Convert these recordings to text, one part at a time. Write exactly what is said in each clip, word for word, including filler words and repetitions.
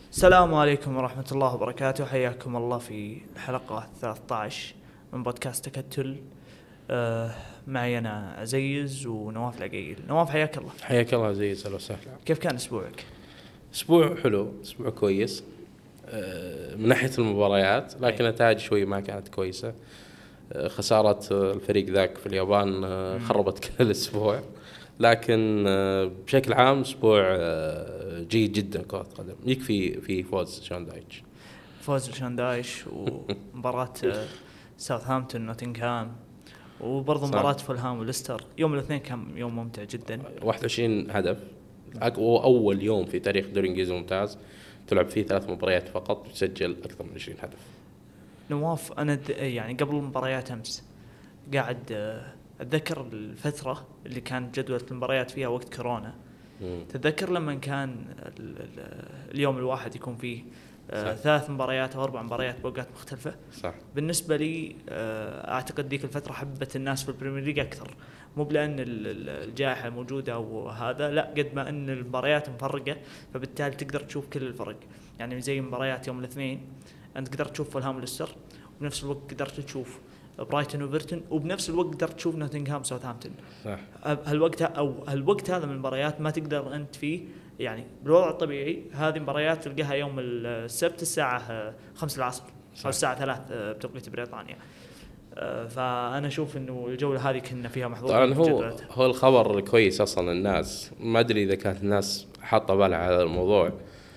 السلام عليكم ورحمة الله وبركاته. حياكم الله في الحلقة ثلاثة عشر من بودكاست تكتل. آه معي أنا عزيز ونواف العقيل. نواف حياك الله. حياك الله عزيز، أهلا وسهلا. كيف كان أسبوعك؟ أسبوع حلو، أسبوع كويس آه من ناحية المباريات، لكن نتائج شوي ما كانت كويسة. آه خسارة الفريق ذاك في اليابان آه خربت كل الأسبوع، لكن آه بشكل عام أسبوع آه جيد جدا كرة قدم. يكفي في فوز شاندايتش فوز شاندايش ومباراة ساوثهامبتون نوتنغهام، وبرضه مباراة فولهام وليستر يوم الاثنين كان يوم ممتع جدا. واحد وعشرين هدف، أول يوم في تاريخ الدوري الإنجليزي الممتاز تلعب فيه ثلاث مباريات فقط تسجل أكثر من عشرين هدف. نواف أنا يعني قبل المباريات أمس قاعد أتذكر الفترة اللي كانت جدولة المباريات فيها وقت كورونا. مم. تتذكر لما كان اليوم الواحد يكون فيه آه ثلاث مباريات أو أربع مباريات بوقات مختلفة. صح. بالنسبة لي آه أعتقد ديك الفترة حبت الناس في البريمير ليج أكثر، مو بلأن الجائحة موجودة أو هذا، لا قد ما أن المباريات مفرقة، فبالتالي تقدر تشوف كل الفرق. يعني زي مباريات يوم الاثنين أنت قدرت تشوف فولهام وليستر، وبنفس الوقت قدرت تشوف برايتون وبرتون، وبنفس الوقت قدرت تشوف نوتنغهام ساوثهامبتون. صح. هالوقت أو هالوقت هذا من المباريات ما تقدر أنت فيه، يعني بالوضع الطبيعي هذه مباريات تلقاها يوم السبت الساعة خمسة العصر أو الساعة ثلاثة بتوقيت بريطانيا. فأنا أشوف إنه الجولة هذه كنا فيها محظوظ. طبعا هو هو الخبر كويس أصلا. الناس ما أدري إذا كانت الناس حاطة بالها على الموضوع.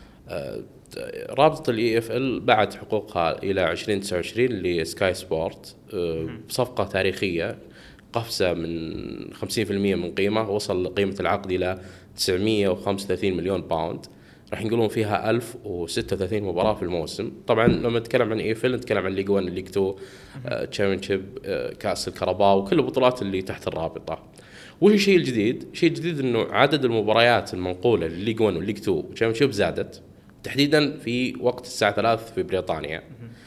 رابطة الإي إف إل بعت حقوقها إلى عشرين تسعة وعشرين لسكاي سبورت بصفقة تاريخية، قفزة من خمسين بالمئة من قيمة، وصل قيمة العقد إلى تسعمئة وخمسة وثلاثين مليون باوند. راح يقولون فيها ألف وستة وثلاثين مباراة في الموسم. طبعا لما نتكلم عن إي إف إل نتكلم عن ليج واحد، ليج اثنين، تشامبيونشيب، كأس الكرباو، وكل البطولات اللي تحت الرابطة. وش الشيء الجديد؟ الشيء الجديد إنه عدد المباريات المنقولة لليج واحد والليج اثنين وتشامبيونشيب زادت، تحديدا في وقت الساعة ثلاث في بريطانيا.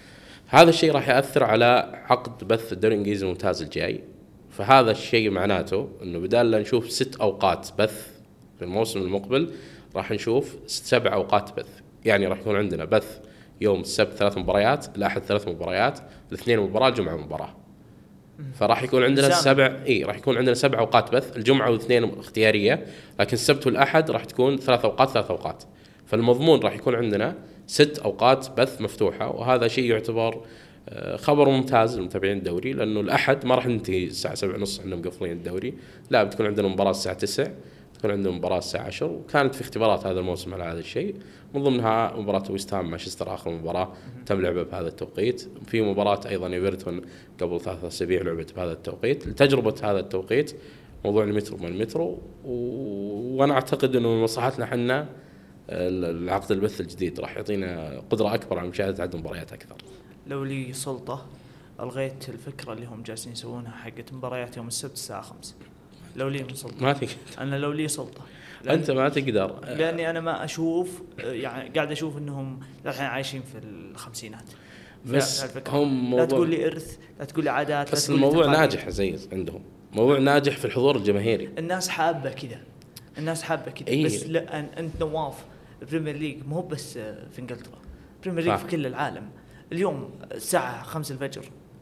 هذا الشيء راح يأثر على عقد بث الدوري الإنجليزي الممتاز الجاي. فهذا الشيء معناته إنه بدال لا نشوف ست أوقات بث في الموسم المقبل، راح نشوف سبع أوقات بث. يعني راح يكون عندنا بث يوم السبت ثلاث مباريات، الأحد ثلاث مباريات، الاثنين مباراة، الجمعة مباراة. فراح يكون عندنا سبع إيه راح يكون عندنا سبع أوقات بث. الجمعة والاثنين اختيارية، لكن السبت والأحد راح تكون ثلاث أوقات ثلاث أوقات. فالمضمون راح يكون عندنا ست أوقات بث مفتوحة، وهذا شيء يعتبر خبر ممتاز للمتابعين الدوري، لأنه الأحد ما راح ننتهي الساعة سبعة ونص عندنا مقفلين الدوري، لا بتكون عندنا مباراة الساعة تسعة، تكون عندنا مباراة الساعة عشرة. وكانت في اختبارات هذا الموسم على هذا الشيء، من ضمنها مباراة ويست هام مانشستر آخر مباراة تم لعبها بهذا التوقيت. في مباراة أيضا إيفرتون قبل ثلاثة أسابيع لعبت بهذا التوقيت. لتجربة هذا التوقيت موضوع المترو من المترو، وأنا أعتقد إنه من مصلحتنا حنا العقد البث الجديد راح يعطينا قدرة أكبر على مشاهدة عدد مباريات أكثر. لو لي سلطة ألغيت الفكرة اللي هم جالسين يسوونها حقت مباريات يوم السبت الساعة خمسة. لو لي سلطة ما تقدر. أنا لو لي سلطة أنت ما تقدر، لأني أنا ما أشوف، يعني قاعد أشوف إنهم الحين عايشين في الخمسينات. بس هم لا تقول لي إرث، لا تقول لي عادات، بس الموضوع ناجح زي عندهم، موضوع ناجح في الحضور الجماهيري. الناس حابة كذا، الناس حابة كذا. إيه؟ بس لا أنت نواف، البريمير ليج مو بس في إنجلترا، البريمير ليج في كل العالم. اليوم الساعة خمسة الفجر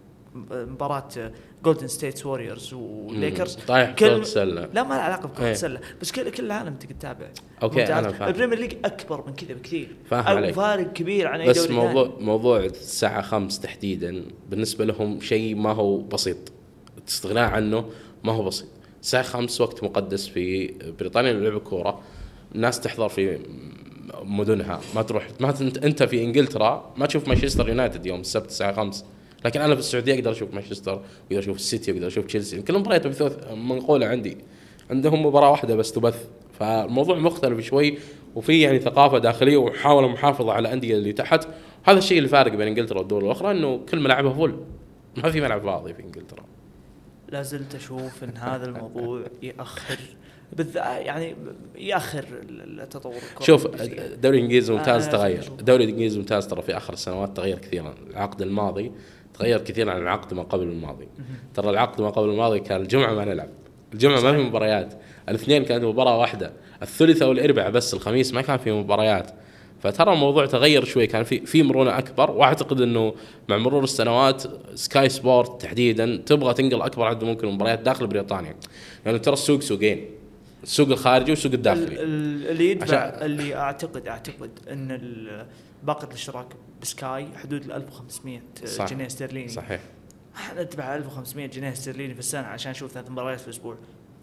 مباراة جولدن ستيت ووريرز وليكرز، كل سلة. لا ما له علاقة بكرة السلة، بس كل كل العالم تقدر تتابع. اوكي انا فاهم. البريمير ليج اكبر من كذا بكثير، فاهم فارق كبير عن اي دوري ثاني. بس موضوع ثاني. موضوع الساعة خمس تحديدا بالنسبة لهم شيء ما هو بسيط، الاستغناء عنه ما هو بسيط. الساعة خمس وقت مقدس في بريطانيا للعب كورة، الناس تحضر في مدنها، ما تروح ما انت في انجلترا ما تشوف مانشستر يونايتد يوم السبت الساعة خمس، لكن انا في السعوديه اقدر اشوف مانشستر، واقدر اشوف السيتي، واقدر اشوف تشيلسي. كل مباريات بثوث منقوله عندي، عندهم مباراه واحده بس تبث. فالموضوع مختلف شوي، وفي يعني ثقافه داخليه ومحاوله محافظه على الانديه اللي تحت. هذا الشيء الفارق بين انجلترا والدول الاخرى، انه كل ملعبها فل، ما في ملعب فاضي في انجلترا. لا زلت اشوف ان هذا الموضوع ياخر بالذات، يعني ياخر التطور. شوف الدوري الانجليزي ممتاز تغير، الدوري الانجليزي ممتاز ترى في اخر السنوات تغير كثيرا. العقد الماضي تغير كثيرا عن العقد ما قبل الماضي. ترى العقد ما قبل الماضي كان الجمعة ما نلعب، الجمعة ما في مباريات، الاثنين كانت مباراة واحدة، الثلاثاء والاربعاء بس، الخميس ما كان في مباريات. فترى الموضوع تغير شوي، كان في في مرونه اكبر. واعتقد انه مع مرور السنوات سكاي سبورت تحديدا تبغى تنقل اكبر عدد ممكن من مباريات داخل بريطانيا، لانه يعني ترى السوق سوقين، السوق الخارجي والسوق الداخلي. اللي يدفع اللي اعتقد اعتقد ان باقه الاشتراك بسكاي حدود ال ألف وخمسمية جنيه استرليني. صحيح. ندفع ألف وخمسمية جنيه استرليني في السنه عشان نشوف ثلاث مباريات في الاسبوع.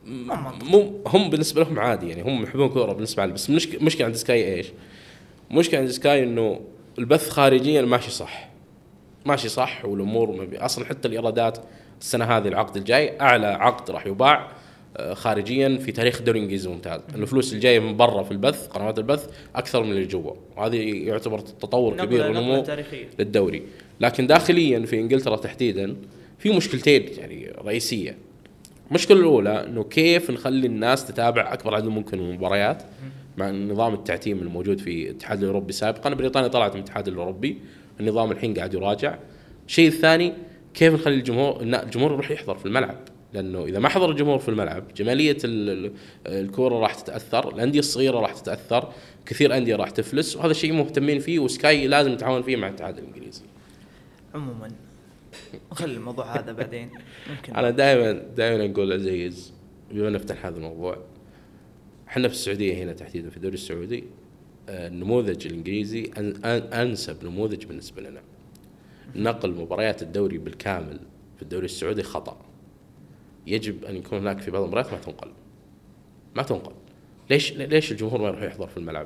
مو هم بالنسبه لهم عادي، يعني هم يحبون كوره بالنسبه لهم. بس مشكله مشكله عند سكاي ايش؟ مشكله عند سكاي انه البث خارجيا ماشي صح، ماشي صح، والامور ما بي اصلا. حتى الايرادات السنه هذه العقد الجاي اعلى عقد راح يباع خارجيا في تاريخ الدوري الانجليزي ممتاز. الفلوس الجايه من برا في البث، قنوات البث اكثر من اللي جوا، وهذه يعتبر تطور كبير ونمو للدوري. لكن داخليا في انجلترا تحديدا في مشكلتين يعني رئيسيه. المشكله الاولى انه كيف نخلي الناس تتابع اكبر عدد ممكن من المباريات مع نظام التعتيم الموجود في الاتحاد الاوروبي سابقا. بريطانيا طلعت من الاتحاد الاوروبي، النظام الحين قاعد يراجع. الشيء الثاني كيف نخلي الجمهور الجمهور يروح يحضر في الملعب، لانه اذا ما حضر الجمهور في الملعب جماليه الكوره راح تتاثر، الانديه الصغيره راح تتاثر، كثير انديه راح تفلس، وهذا الشيء مهتمين فيه وسكاي لازم يتعاون فيه مع الاتحاد الانجليزي. عموما نخلي الموضوع هذا بعدين. ممكن انا دائما دائما نقول عزيز بما نفتح هذا الموضوع، احنا في السعوديه هنا تحديدا في الدوري السعودي النموذج الانجليزي انسب نموذج بالنسبه لنا. نقل مباريات الدوري بالكامل في الدوري السعودي خطأ. يجب أن يكون هناك في بعض المباريات ما تنقل ما تنقل ليش ليش الجمهور ما يروح يحضر في الملعب؟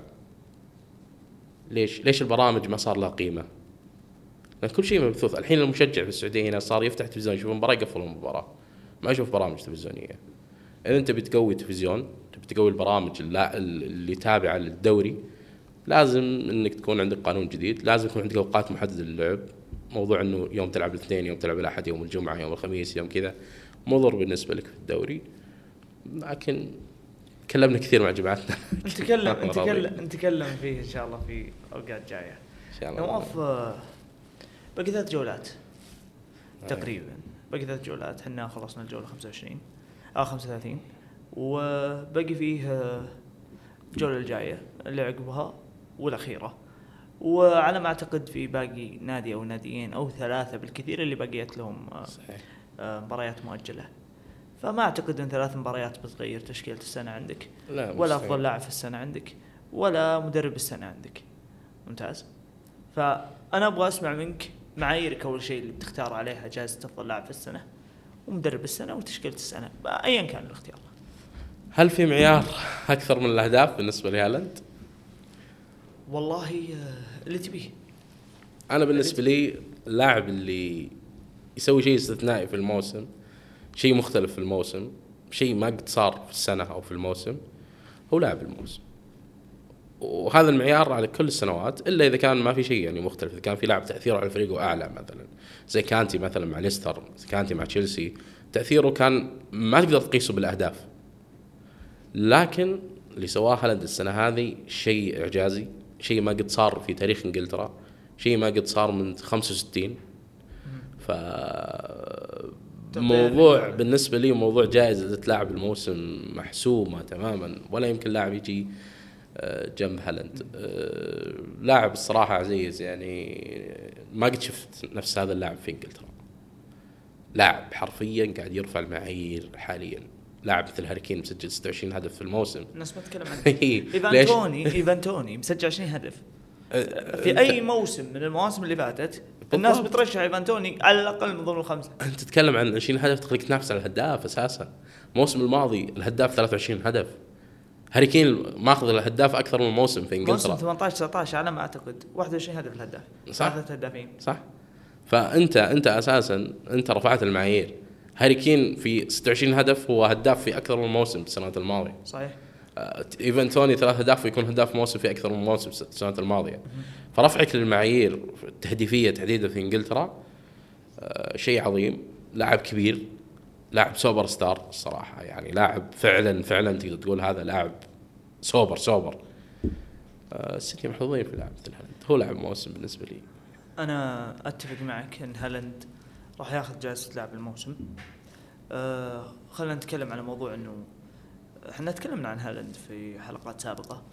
ليش ليش البرامج ما صار لها قيمة؟ لأن كل شيء مبثوث. الحين المشجع في السعودية هنا صار يفتح تلفزيون يشوف المباراة يقفل المباراة، ما يشوف برامج تلفزيونية. إذا أنت بتقوي تلفزيون، بتقوي البرامج اللي تابعة للدوري، لازم إنك تكون عندك قانون جديد، لازم يكون عندك أوقات محددة للعب. موضوع إنه يوم تلعب الاثنين، يوم تلعب الأحد، يوم الجمعة، يوم الخميس، يوم كذا مضر بالنسبة لك في الدوري. لكن تكلمنا كثير مع جماعتنا. نتكلم نتكلم نتكلم فيه إن شاء الله في أوقات جاية إن شاء الله. نواف باقي ثلاث جولات تقريبا، باقي ثلاث جولات. حنا خلصنا الجولة خمسة وعشرين أو خمسة وثلاثين، وباقي فيه الجولة الجاية اللي عقبها والأخيرة. وعلى ما أعتقد في باقي نادي أو ناديين أو ثلاثة بالكثير اللي بقيت لهم صحيح مباريات مؤجلة. فما أعتقد أن ثلاث مباريات بتغير تشكيلة السنة عندك، ولا أفضل لاعب في السنة عندك، ولا مدرب السنة عندك. ممتاز. فأنا أبغى أسمع منك معاييرك أول شيء اللي بتختار عليها جائزة أفضل لاعب في السنة، ومدرب السنة، وتشكيلة السنة، أيا كان الاختيار. هل في معيار أكثر من الأهداف بالنسبة لهالاند؟ والله اللي تبيه. أنا بالنسبة لي اللاعب اللي يسوي شيء استثنائي في الموسم، شيء مختلف في الموسم، شيء ما قد صار في السنة أو في الموسم، هو لاعب الموسم. وهذا المعيار على كل السنوات، إلا إذا كان ما في شيء يعني مختلف. إذا كان في لاعب تأثيره على الفريق أعلى مثلا زي كانتي مثلا مع ليستر، كانتي مع تشيلسي، تأثيره كان ما تقدر تقيسه بالأهداف. لكن اللي سواه هالاند السنة هذه شيء إعجازي، شيء ما قد صار في تاريخ إنجلترا، شيء ما قد صار من خمسة وستين. ف موضوع بالنسبة لي موضوع جائزة لاعب الموسم محسومة تماما، ولا يمكن لاعب يجي جنب هالاند. لاعب الصراحة عزيز يعني ما قد شفت نفس هذا اللاعب في إنجلترا. لاعب حرفيا قاعد يرفع المعايير حاليا. لاعب مثل هاري كين مسجل ستة وعشرين هدف في الموسم. الناس ما تتكلم عنه. إيفان توني إيفان توني مسجل عشرين هدف في أي موسم من المواسم اللي فاتت. الناس بترشح إيفان توني على الأقل من ضمن الخمسة. أنت تتكلم عن عشرين هدف تخليك تنافس على الهداف أساسا. الموسم الماضي الهداف ثلاثة وعشرين هدف. هاري كين ماخذ الهداف أكثر من موسم في إنجلترا. موسم ثمانية عشر تسعة عشر على ما أعتقد واحد وعشرين هدف الهداف. ثلاثة هدافين. صح. فأنت أنت أساسا أنت رفعت المعايير. هاري كين في ستة وعشرين هدف هو هداف في أكثر من موسم السنوات الماضية. صحيح. إيفان توني ثلاث أهداف ويكون هداف موسم في أكثر من موسم السنوات الماضية. فرفعك للمعايير التهديفية تحديدا في إنجلترا شيء عظيم. لاعب كبير، لاعب سوبر ستار الصراحة، يعني لاعب فعلا فعلا تقدر تقول هذا لاعب سوبر سوبر. السيتي محظوظين في لاعب مثل هالاند، هو لاعب موسم بالنسبة لي. أنا أتفق معك أن هالاند راح ياخذ جائزة لاعب الموسم. أه خلينا نتكلم على موضوع إنه احنا تكلمنا عن هالاند في حلقات سابقة،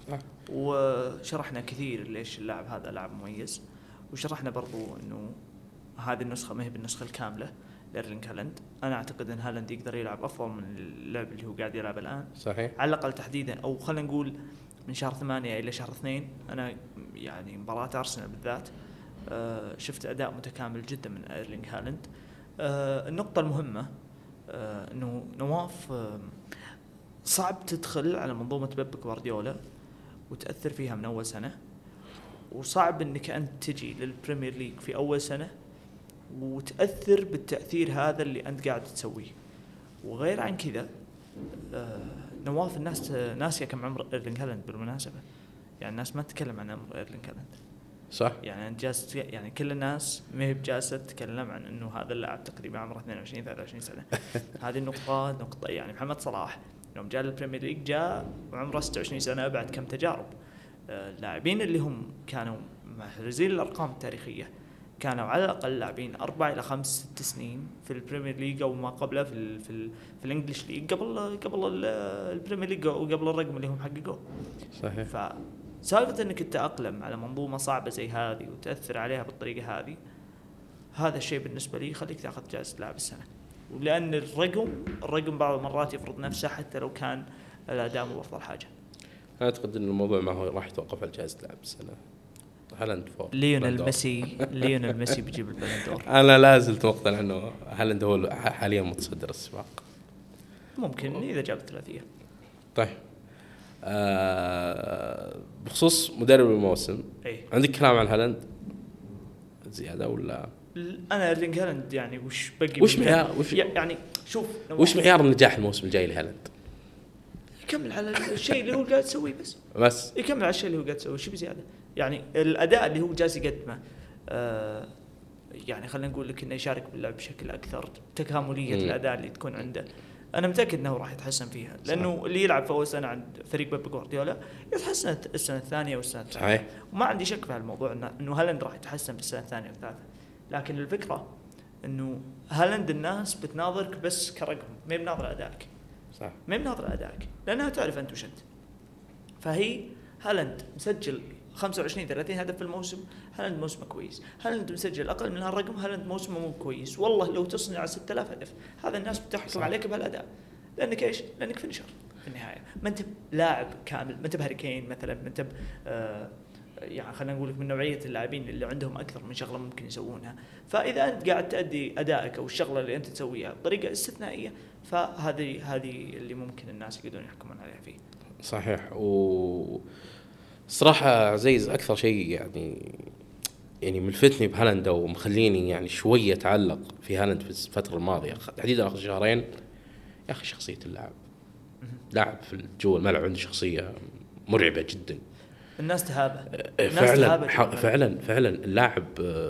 وشرحنا كثير ليش اللاعب هذا لاعب مميز، وشرحنا برضو انه هذه النسخه ما هي بالنسخه الكامله لإيرلينغ هالاند. انا اعتقد ان هالاند يقدر يلعب افضل من اللعب اللي هو قاعد يلعب الان صحيح، على الاقل تحديدا، او خلينا نقول من شهر ثمانية الى شهر اثنين. انا يعني مباراه ارسنال بالذات آه شفت اداء متكامل جدا من إيرلينغ هالاند. آه النقطه المهمه آه انه نواف آه صعب تدخل على منظومه بيب جوارديولا وتأثر فيها من أول سنة، وصعب أنك أنت تجي للبريمير ليج في أول سنة وتأثر بالتأثير هذا اللي أنت قاعد تسويه. وغير عن كذا آه نواف الناس ناسية كم عمر إيرلينغ هالاند بالمناسبة، يعني الناس ما تتكلم عن عمر إيرلينغ هالاند صح، يعني أنت جالس يعني كل الناس ما هي بجالسة تتكلم عن إنه هذا اللاعب تقريبا عمره اثنين وعشرين ثلاثة وعشرين سنة. هذه النقطة نقطة يعني محمد صلاح يوم جاء للبريمير ليج جاء وعمره ستة وعشرين سنة بعد كم تجارب. اللاعبين اللي هم كانوا محرزين الأرقام التاريخية كانوا على الأقل لاعبين أربع إلى خمس ست سنين في البريمير ليج أو ما قبله في ال في ال في الإنجليش ليج قبل قبل البريمير ليج وقبل الرقم اللي هم حققوه. صحيح. فسالفة إنك تتأقلم على منظومة صعبة زي هذه وتأثر عليها بالطريقة هذه، هذا الشيء بالنسبة لي يخليك تأخذ جائزة لاعب السنة. ولأن الرقم الرقم بعض المرات يفرض نفسه حتى لو كان الأداء مو أفضل حاجة. أنا أعتقد إن الموضوع ما هو راح يتوقف على جائزة لاعب السنة. هالاند فور ليونيل ميسي ليونيل ميسي بيجيب البالندور. أنا لا زلت مقتنع إنه هالاند هو حاليا متصدر السباق. ممكن إذا جاب الثلاثية. طيب آه بخصوص مدرب الموسم، أي. عندك كلام عن هالاند زيادة ولا؟ أنا إيرلينغ هالاند يعني وش بقي وش معيار وش يعني شوف وش معيار النجاح الموسم الجاي لهالاند؟ يكمل على الشيء اللي هو قاعد يسويه بس بس يكمل على الشيء اللي هو قاعد يسويه شو بزيادة. يعني الأداء اللي هو جالس يقدمه آه يعني خلينا نقول لك إنه يشارك باللعب بشكل أكثر، تكاملية م. الأداء اللي تكون عنده أنا متأكد أنه راح يتحسن فيها، لأنه صح. اللي يلعب في أول سنة عند فريق بيب جوارديولا يتحسن السنة الثانية والسنة الثالثة، وما عندي شك في هالموضوع إنه هالاند راح يتحسن في السنة الثانية والثالثة. لكن الفكرة إنه هالاند الناس بتناظرك بس كرقم، ما بناظر أدائك، صح، ما بناظر أدائك لأنها تعرف أنت وش أنت. فهي هالاند مسجل خمسة وعشرين ثلاثين هدف في الموسم، هالاند موسمه كويس. هالاند مسجل أقل من هالرقم، هالاند موسمه مو كويس. والله لو تصنع ستة آلاف هدف هذا الناس بتحكم عليك بهالأداء، لأنك إيش؟ لأنك فينيشر في النهاية، ما أنت لاعب كامل، ما أنت بهاري كين مثلا، ما أنت آه يعني خلينا نقول لك من نوعية اللاعبين اللي عندهم أكثر من شغلة ممكن يسوونها. فإذا أنت قاعد تأدي أدائك أو الشغلة اللي أنت تسويها بطريقة استثنائية، فهذه هذه اللي ممكن الناس يقدرون يحكمون عليها فيه. صحيح. و صراحة عزيز أكثر شيء يعني يعني ملفتني بهالاند ومخليني يعني شوية أتعلق في هالاند في الفترة الماضية تحديدا آخر شهرين، يا أخي شخصية اللاعب. لاعب في جوا الملعب عنده شخصية مرعبة جدا. الناس تهابه. فعلا فعلا فعلا اللاعب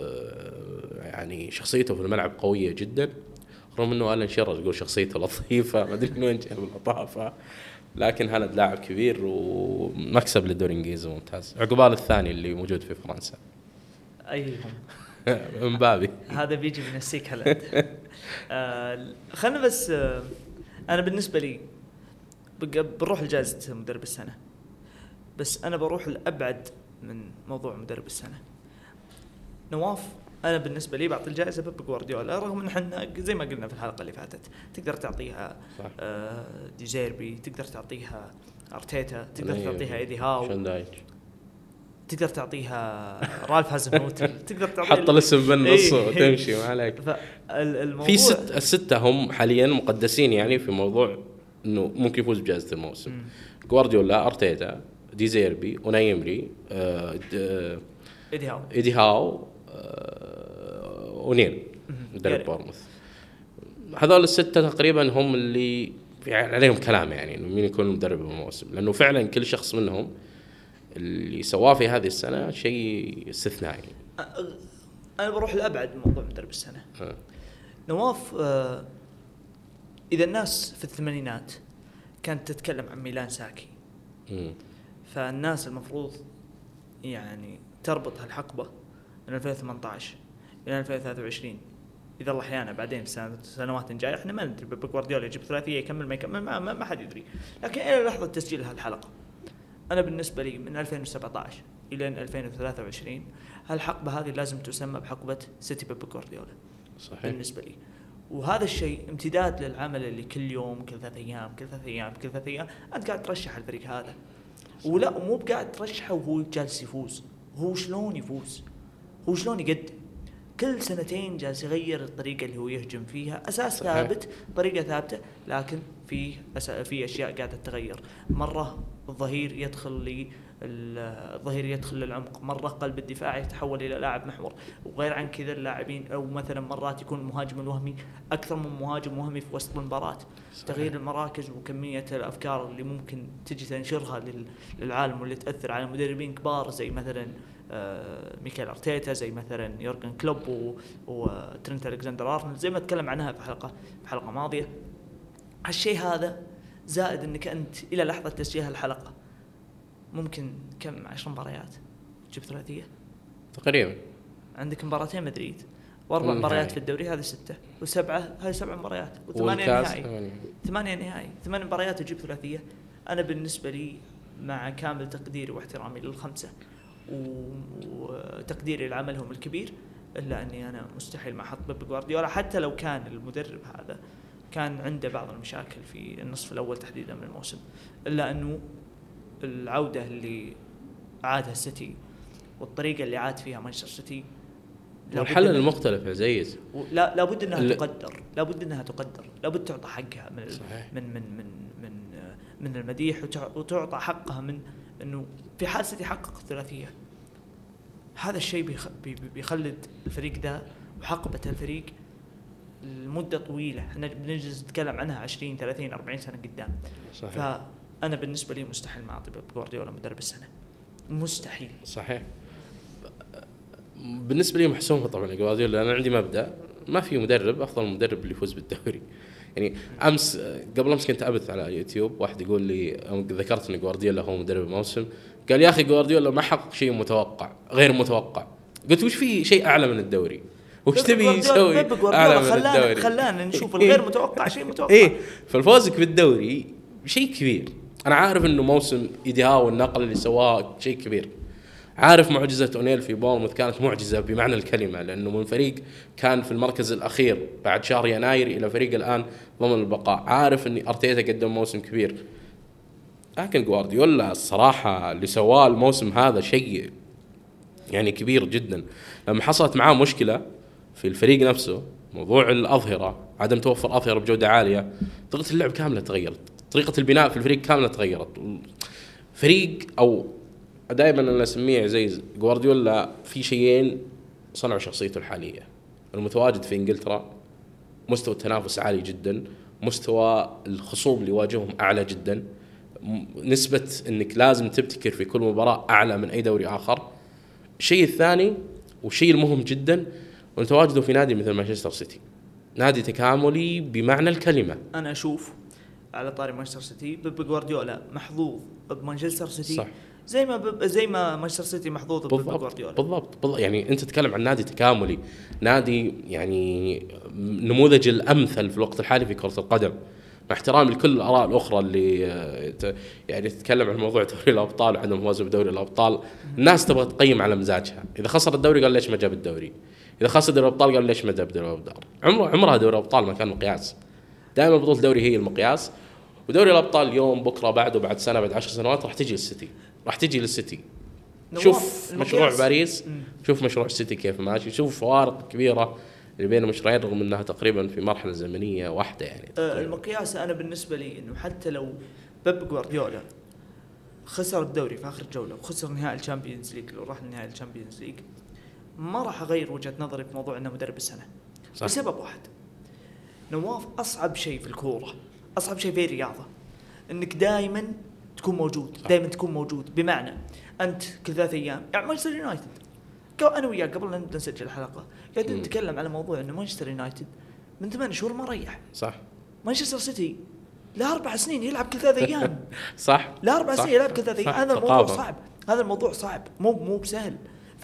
يعني شخصيته في الملعب قوية جدا، رغم انه ألان شيرر يقول شخصيته لطيفة ما ادري من وين جاب اللطافة، لكن هالاند لاعب كبير ومكسب للدوري الانجليزي ممتاز. عقبال الثاني اللي موجود في فرنسا ايهم امبابي هذا بيجي من السيك هالاند. آه خلنا بس آه انا بالنسبة لي بروح لجائزة مدرب السنة، بس أنا بروح لأبعد من موضوع مدرب السنة. نواف أنا بالنسبة لي بعطي الجائزة بيب جوارديولا، رغم إن إحنا زي ما قلنا في الحلقة اللي فاتت تقدر تعطيها آه ديزيربي، تقدر تعطيها أرتيتا، تقدر تعطيها إيدي هاو، تقدر تعطيها رالف هازنوتل، تقدر تعطيها حط الاسم بالنص وتمشي ما عليك. في ست الستة هم حاليا مقدسين يعني في موضوع إنه ممكن يفوز بجائزة الموسم. جوارديولا، أرتيتا، ديزيربي، أوناي إمري، آه إيدي هاو إيدي هاو آه ونيل مدرب بورنموث. هذول الستة تقريبا هم اللي يعني عليهم كلام يعني إنه مين يكون مدرب الموسم، لأنه فعلا كل شخص منهم اللي سواه في هذه السنة شيء استثنائي. أنا بروح لأبعد من موضوع مدرب السنة. أه. نواف آه إذا الناس في الثمانينات كانت تتكلم عن ميلان ساكي، م. فالناس المفروض يعني تربط هالحقبة من ألفين وثمانية عشر إلى ألفين وثلاثة وعشرين. إذا الله أحيانا بعدين في سنوات جاية إحنا ما ندري بيب جوارديولا يجيب ثلاثية يكمل ما يكمل ما, ما, ما حد يدري، لكن إلى لحظة تسجيل هالحلقة انا بالنسبه لي من ألفين وسبعة عشر الى ألفين وثلاثة وعشرين هالحقبه هذه لازم تسمى بحقبه سيتي بيب جوارديولا صحيح. بالنسبه لي. وهذا الشيء امتداد للعمل اللي كل يوم كل ثلاث ايام كل ثلاث ايام كل ثلاث ايام انت قاعد ترشح الفريق هذا، ولا مو بقاعد ترشحه وهو جالس يفوز. هو شلون يفوز؟ هو شلون يقدم؟ كل سنتين جالس يغير الطريقه اللي هو يهجم فيها، اساس صحيح. ثابت، طريقه ثابته، لكن في في اشياء قاعده تتغير. مره الظهير يدخل لي الظهير يدخل للعمق، مرة قلب الدفاع يتحول إلى لاعب محور، وغير عن كذا اللاعبين أو مثلا مرات يكون المهاجم الوهمي أكثر من مهاجم وهمي في وسط المباراة. تغيير المراكز وكمية الأفكار اللي ممكن تجي تنشرها للعالم واللي تأثر على مدربين كبار زي مثلا ميكيل أرتيتا، زي مثلا يورجن كلوب وترنت ألكسندر أرنولد، زي ما تكلم عنها في حلقة في حلقة ماضية. هالشيء هذا زائد أنك أنت إلى لحظة تسجيل الحلقة ممكن كم عشر مباريات جبت ثلاثية تقريبا. عندك مباراتين مدريد واربع مباريات في الدوري، هذه ستة، وسبعة هاي سبع مباريات، وثمانية نهائي ثمانية نهائي ثمان مباريات وجيب ثلاثية. أنا بالنسبة لي مع كامل تقديري واحترامي للخمسة وتقديري لعملهم الكبير، إلا أني أنا مستحيل ما أحط بيب جوارديولا، حتى لو كان المدرب هذا كان عنده بعض المشاكل في النصف الأول تحديدا من الموسم، إلا أنه العودة اللي عادها السيتي والطريقة اللي عاد فيها مانشستر سيتي والحل المختلف يا زيد، لا لابد انها ل... تقدر لابد انها تقدر لابد تعطى حقها من من من من من من المديح، وتعطى حقها من انه في حال سيتي حقق الثلاثية هذا الشيء بيخ... بيخلد الفريق ده وحقبة الفريق لمدة طويلة. احنا بنجلس نتكلم عنها عشرين ثلاثين أربعين سنة قدام. صحيح. ف أنا بالنسبة لي مستحيل ما أعطي بيب جوارديولا مدرب السنة، مستحيل. صحيح. بالنسبة لي محسومة طبعا جوارديولا. أنا عندي مبدأ ما في مدرب أفضل مدرب اللي يفوز بالدوري. يعني أمس قبل أمس كنت أبث على يوتيوب، واحد يقول لي ذكرت إن جوارديولا هو مدرب الموسم، قال يا أخي جوارديولا ما حقق شيء متوقع غير متوقع. قلت وش في شيء أعلى من الدوري؟ وش تبي يسوي أعلى من الدوري؟ خلانا نشوف الغير متوقع شيء متوقع. إيه، فالفوزك بالدوري شيء كبير. أنا عارف إنه موسم إيديها والنقل اللي سواه شيء كبير، عارف معجزة أونيل في بورنموث كانت معجزة بمعنى الكلمة، لأنه من فريق كان في المركز الأخير بعد شهر يناير إلى فريق الآن ضمن البقاء. عارف إن أرتيتا قدم موسم كبير، لكن جوارديولا الصراحة اللي سواه الموسم هذا شيء يعني كبير جدا. لما حصلت معاه مشكلة في الفريق نفسه، موضوع الأظهرة، عدم توفر أظهرة بجودة عالية، طريقة اللعب كاملة تغيرت، طريقة البناء في الفريق كاملة تغيرت. فريق أو دائما أنا أسميه زي جوارديولا في شيئين صنعوا شخصيته الحالية: المتواجد في إنجلترا، مستوى التنافس عالي جدا، مستوى الخصوم اللي يواجههم أعلى جدا، نسبة أنك لازم تبتكر في كل مباراة أعلى من أي دوري آخر. الشيء الثاني والشيء المهم جدا وتواجده في نادي مثل مانشستر سيتي، نادي تكاملي بمعنى الكلمة. أنا أشوف على طاري مانشستر سيتي بيب جوارديولا محظوظ بمانشستر سيتي، صح. زي ما زي ما مانشستر سيتي محظوظ بيب جوارديولا. بالضبط بالضبط. يعني انت تتكلم عن نادي تكاملي، نادي يعني نموذج الامثل في الوقت الحالي في كرة القدم، مع احترامي لكل الاراء الاخرى اللي يعني تتكلم عن موضوع دوري الابطال وعدم فوزه بدوري الابطال. الناس تبغى تقيم على مزاجها، اذا خسر الدوري قال ليش ما جاب الدوري، اذا خسر دوري الابطال قال ليش ما جاب دوري الابطال. عمره عمرها دوري الابطال ما كان مقياس، دائما بطولة الدوري هي المقياس. ودوري الابطال اليوم بكره بعده بعد سنه بعد عشر سنوات راح تجي للسيتي، راح تجي للسيتي. شوف مشروع باريس، شوف مشروع السيتي كيف ماشي، شوف فوارق كبيره اللي بين المشروعين رغم انها تقريبا في مرحله زمنيه واحده. يعني آه المقياس انا بالنسبه لي انه حتى لو بيب جوارديولا خسر الدوري في اخر جوله وخسر نهائي الشامبيونز ليج، لو راح لنهائي الشامبيونز ليج ما راح اغير وجهه نظري في موضوع انه مدرب السنه، صح. بسبب واحد، نواف، اصعب شيء في الكوره، اصعب شيء في الرياضه انك دائما تكون موجود، دائما تكون موجود. بمعنى انت كل ثلاث ايام يعني مانشستر يونايتد، انا وياك قبل ان نسجل الحلقه قاعدين نتكلم على موضوع انه مانشستر يونايتد من ثمان شهور ما ريح، صح. مانشستر سيتي لأربع سنين يلعب كل ثلاث ايام صح. لأربع سنين يلعب كل ثلاث ايام. هذا الموضوع صعب، هذا الموضوع صعب، مو مو بسهل.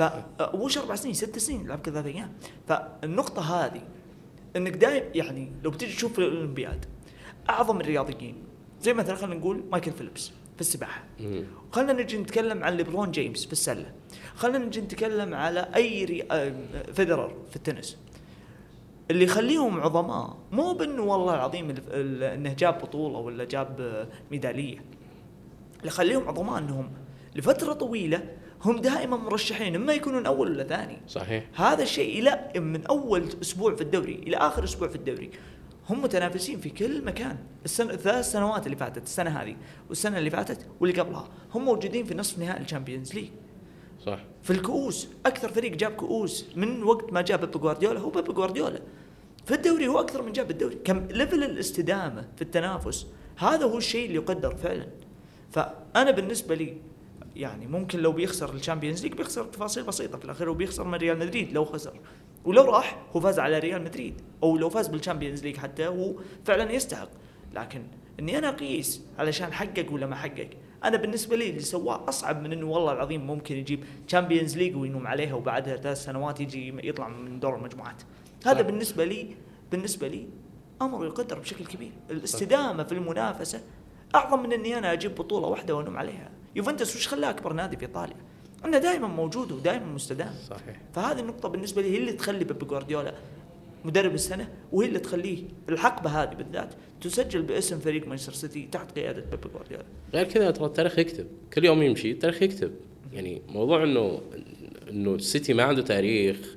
فوش أربع سنين ست سنين يلعب كل ثلاث ايام. فالنقطه هذه انك دائما يعني لو بتيجي تشوف في الاولمبياد اعظم الرياضيين زي مثلا خلينا نقول مايكل فيليبس، في السباحه، خلينا نجي نتكلم عن ليبرون جيمس في السله، خلينا نجي نتكلم على اي ري... فيدرر في التنس. اللي يخليهم عظماء مو بانه والله العظيم انه جاب بطوله ولا جاب ميداليه، اللي يخليهم عظماء انهم لفتره طويله هم دائما مرشحين اما يكونون اول ولا ثاني. صحيح. هذا الشيء لا من اول اسبوع في الدوري الى اخر اسبوع في الدوري هم متنافسين في كل مكان. السنه الثلاث سنوات اللي فاتت، السنه هذه والسنه اللي فاتت واللي قبلها، هم موجودين في نصف نهائي الشامبيونز ليج. صح. في الكؤوس اكثر فريق جاب كؤوس من وقت ما جاب بيب جوارديولا هو بيب جوارديولا. في الدوري هو اكثر من جاب الدوري. كم ليفل الاستدامه في التنافس، هذا هو الشيء اللي يقدر فعلا. فانا بالنسبه لي يعني ممكن لو بيخسر الشامبيونز ليج بيخسر تفاصيل بسيطه في الاخير، وبيخسر من ريال مدريد لو خسر، ولو راح هو فاز على ريال مدريد، او لو فاز بالشامبيونز ليج حتى هو فعلا يستحق. لكن اني انا اقيس علشان حقق ولا ما حقق، انا بالنسبه لي اللي سواه اصعب من انه والله العظيم ممكن يجيب تشامبيونز ليج وينوم عليها وبعدها ثلاث سنوات يجي يطلع من دور المجموعات. هذا بالنسبه لي بالنسبه لي امر يقدر بشكل كبير. الاستدامه في المنافسه اعظم من اني انا اجيب بطوله واحده وانوم عليها. يوفنتوس وش خلاه اكبر نادي في ايطاليا؟ انه دائما موجود ودائما مستدام. صحيح. فهذه النقطه بالنسبه لي هي اللي تخلي بيب جوارديولا مدرب السنه، وهي اللي تخليه الحقبه هذه بالذات تسجل باسم فريق مانشستر سيتي تحت قياده بيب جوارديولا. غير كذا ترى التاريخ يكتب، كل يوم يمشي التاريخ يكتب. يعني موضوع انه انه السيتي ما عنده تاريخ،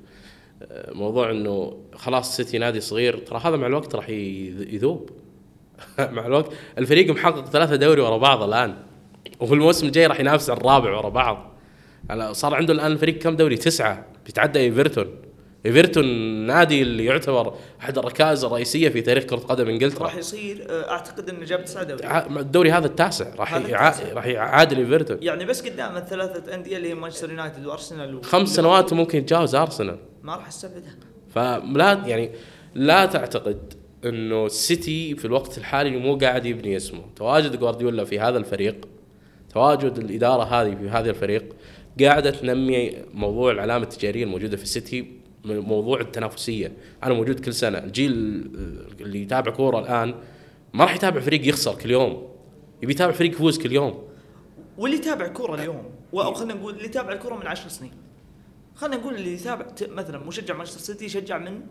موضوع انه خلاص السيتي نادي صغير، ترى هذا مع الوقت راح يذوب. مع الوقت الفريق محقق ثلاثة دوري ورا بعض الان، وفي الموسم الجاي راح ينافس على الرابع ورا بعض. يعني صار عنده الان الفريق كم دوري؟ تسعة، بيتعدى ايفرتون. ايفرتون نادي اللي يعتبر احد الركائز الرئيسيه في تاريخ كره قدم انجلترا، راح يصير اعتقد انه جاب تسعة دوري. الدوري هذا التاسع راح يع... راح يعادل ايفرتون، يعني بس قدام الثلاثه انديه اللي هي مانشستر يونايتد وارسنال و... خمس سنوات ممكن يتجاوز ارسنال. ما راح استبعدها. فلا يعني لا تعتقد انه السيتي في الوقت الحالي مو قاعد يبني اسمه. تواجد جوارديولا في هذا الفريق، تواجد الاداره هذه في هذا الفريق قاعده تنمي موضوع العلامه التجاريه الموجوده في السيتي، موضوع التنافسيه. انا موجود كل سنه، الجيل اللي يتابع كوره الان ما راح يتابع فريق يخسر كل يوم، يبي يتابع فريق يفوز كل يوم. واللي يتابع كوره اليوم، او خلينا نقول اللي يتابع الكوره من عشر سنين، خلينا نقول اللي يتابع مثلا مشجع مانشستر سيتي يشجع من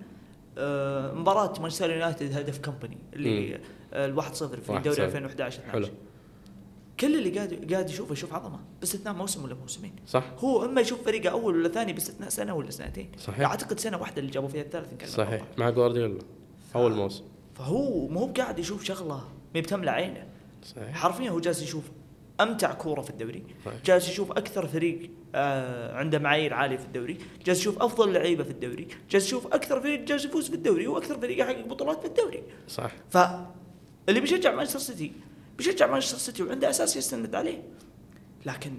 آه مباراه مانشستر يونايتد هدف كمباني اللي آه الواحد صفر في دوري ألفين وإحدى عشر اثنا عشر. كل اللي قاعد قاعد يشوفه يشوف عظمه باستثناء موسم ولا موسمين. صح. هو اما يشوف فريقه اول ولا ثاني باستثناء سنه ولا سنتين. صحيح. اعتقد سنه واحده اللي جابوا فيها الثالث كان صحيح مع جوارديولا اول موسم. فهو مو قاعد يشوف شغله ما بتملى عينه. صحيح. حرفيا هو جالس يشوف امتع كوره في الدوري، جالس يشوف اكثر فريق آه عنده معايير عاليه في الدوري، جالس يشوف افضل لعيبه في الدوري، جالس يشوف اكثر فريق جالس يفوز في الدوري واكثر فريق يحقق بطولات في الدوري. صح. فاللي بيشجع مانشستر سيتي بيشجع مانشستر سيتي وعنده اساس يستند عليه. لكن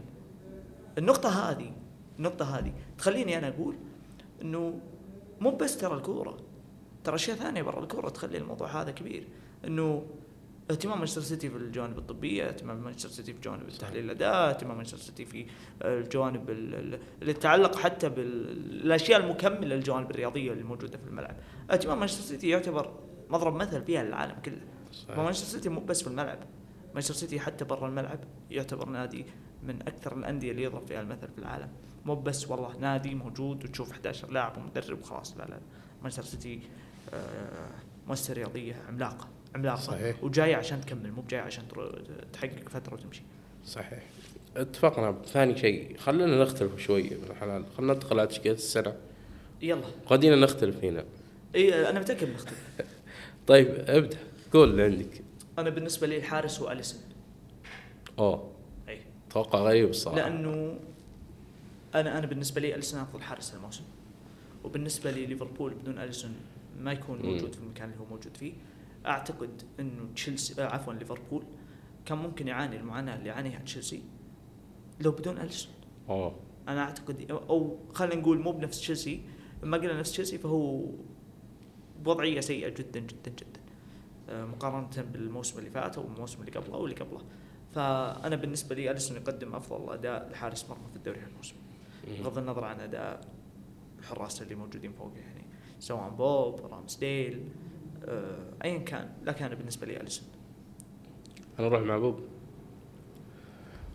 النقطه هذه النقطه هذه تخليني انا اقول انه مو بس ترى الكوره، ترى اشياء ثانيه برا الكوره تخلي الموضوع هذا كبير. انه اهتمام مانشستر سيتي في الجوانب الطبيه، اهتمام مانشستر سيتي في جوانب التحليل الاداء، اهتمام مانشستر سيتي في الجوانب اللي تتعلق حتى بالاشياء المكمله للجوانب الرياضيه اللي موجوده في الملعب. اهتمام مانشستر سيتي يعتبر مضرب مثل فيها للعالم كله. مانشستر سيتي مو بس في الملعب، مانشستر سيتي حتى برا الملعب يعتبر نادي من اكثر الانديه اللي يضرب فيها المثل في العالم. مو بس والله نادي موجود وتشوف أحد عشر لاعب ومدرب وخلاص، لا لا، مانشستر سيتي مؤسسه رياضيه عملاقه عملاقه. صحيح. وجايه عشان تكمل، مو جايه عشان تحقق فتره وتمشي. صحيح. اتفقنا. ثاني شيء خلينا نختلف شوي من الحلال، خلينا ندخل على تشكيله السنه. يلا قدينا نختلف هنا. اي انا متاكد نختلف. طيب ابدا قول اللي عندك. انا بالنسبه لي الحارس هو أليسون. اوه اي توقع غريب الصراحه، لانه انا انا بالنسبه لي أليسون افضل حارس الموسم، وبالنسبه لي ليفربول بدون أليسون ما يكون موجود في المكان اللي هو موجود فيه. اعتقد انه تشيلسي آه عفوا ليفربول كان ممكن يعاني المعاناه اللي يعانيها تشيلسي لو بدون أليسون. اوه انا اعتقد، او خلينا نقول مو بنفس تشيلسي، ما قلنا نفس تشيلسي فهو بوضعيه سيئه جدا جدا جدا مقارنه بالموسم اللي فات او الموسم اللي قبله او اللي قبله. فانا بالنسبه لي أليسون يقدم افضل اداء لحارس مرمى في الدوري هالموسم، بغض النظر عن اداء الحراس اللي موجودين فوقه، يعني سواء بوب رامسديل آه، ايا كان. لكن انا بالنسبه لي أليسون. انا اروح مع بوب.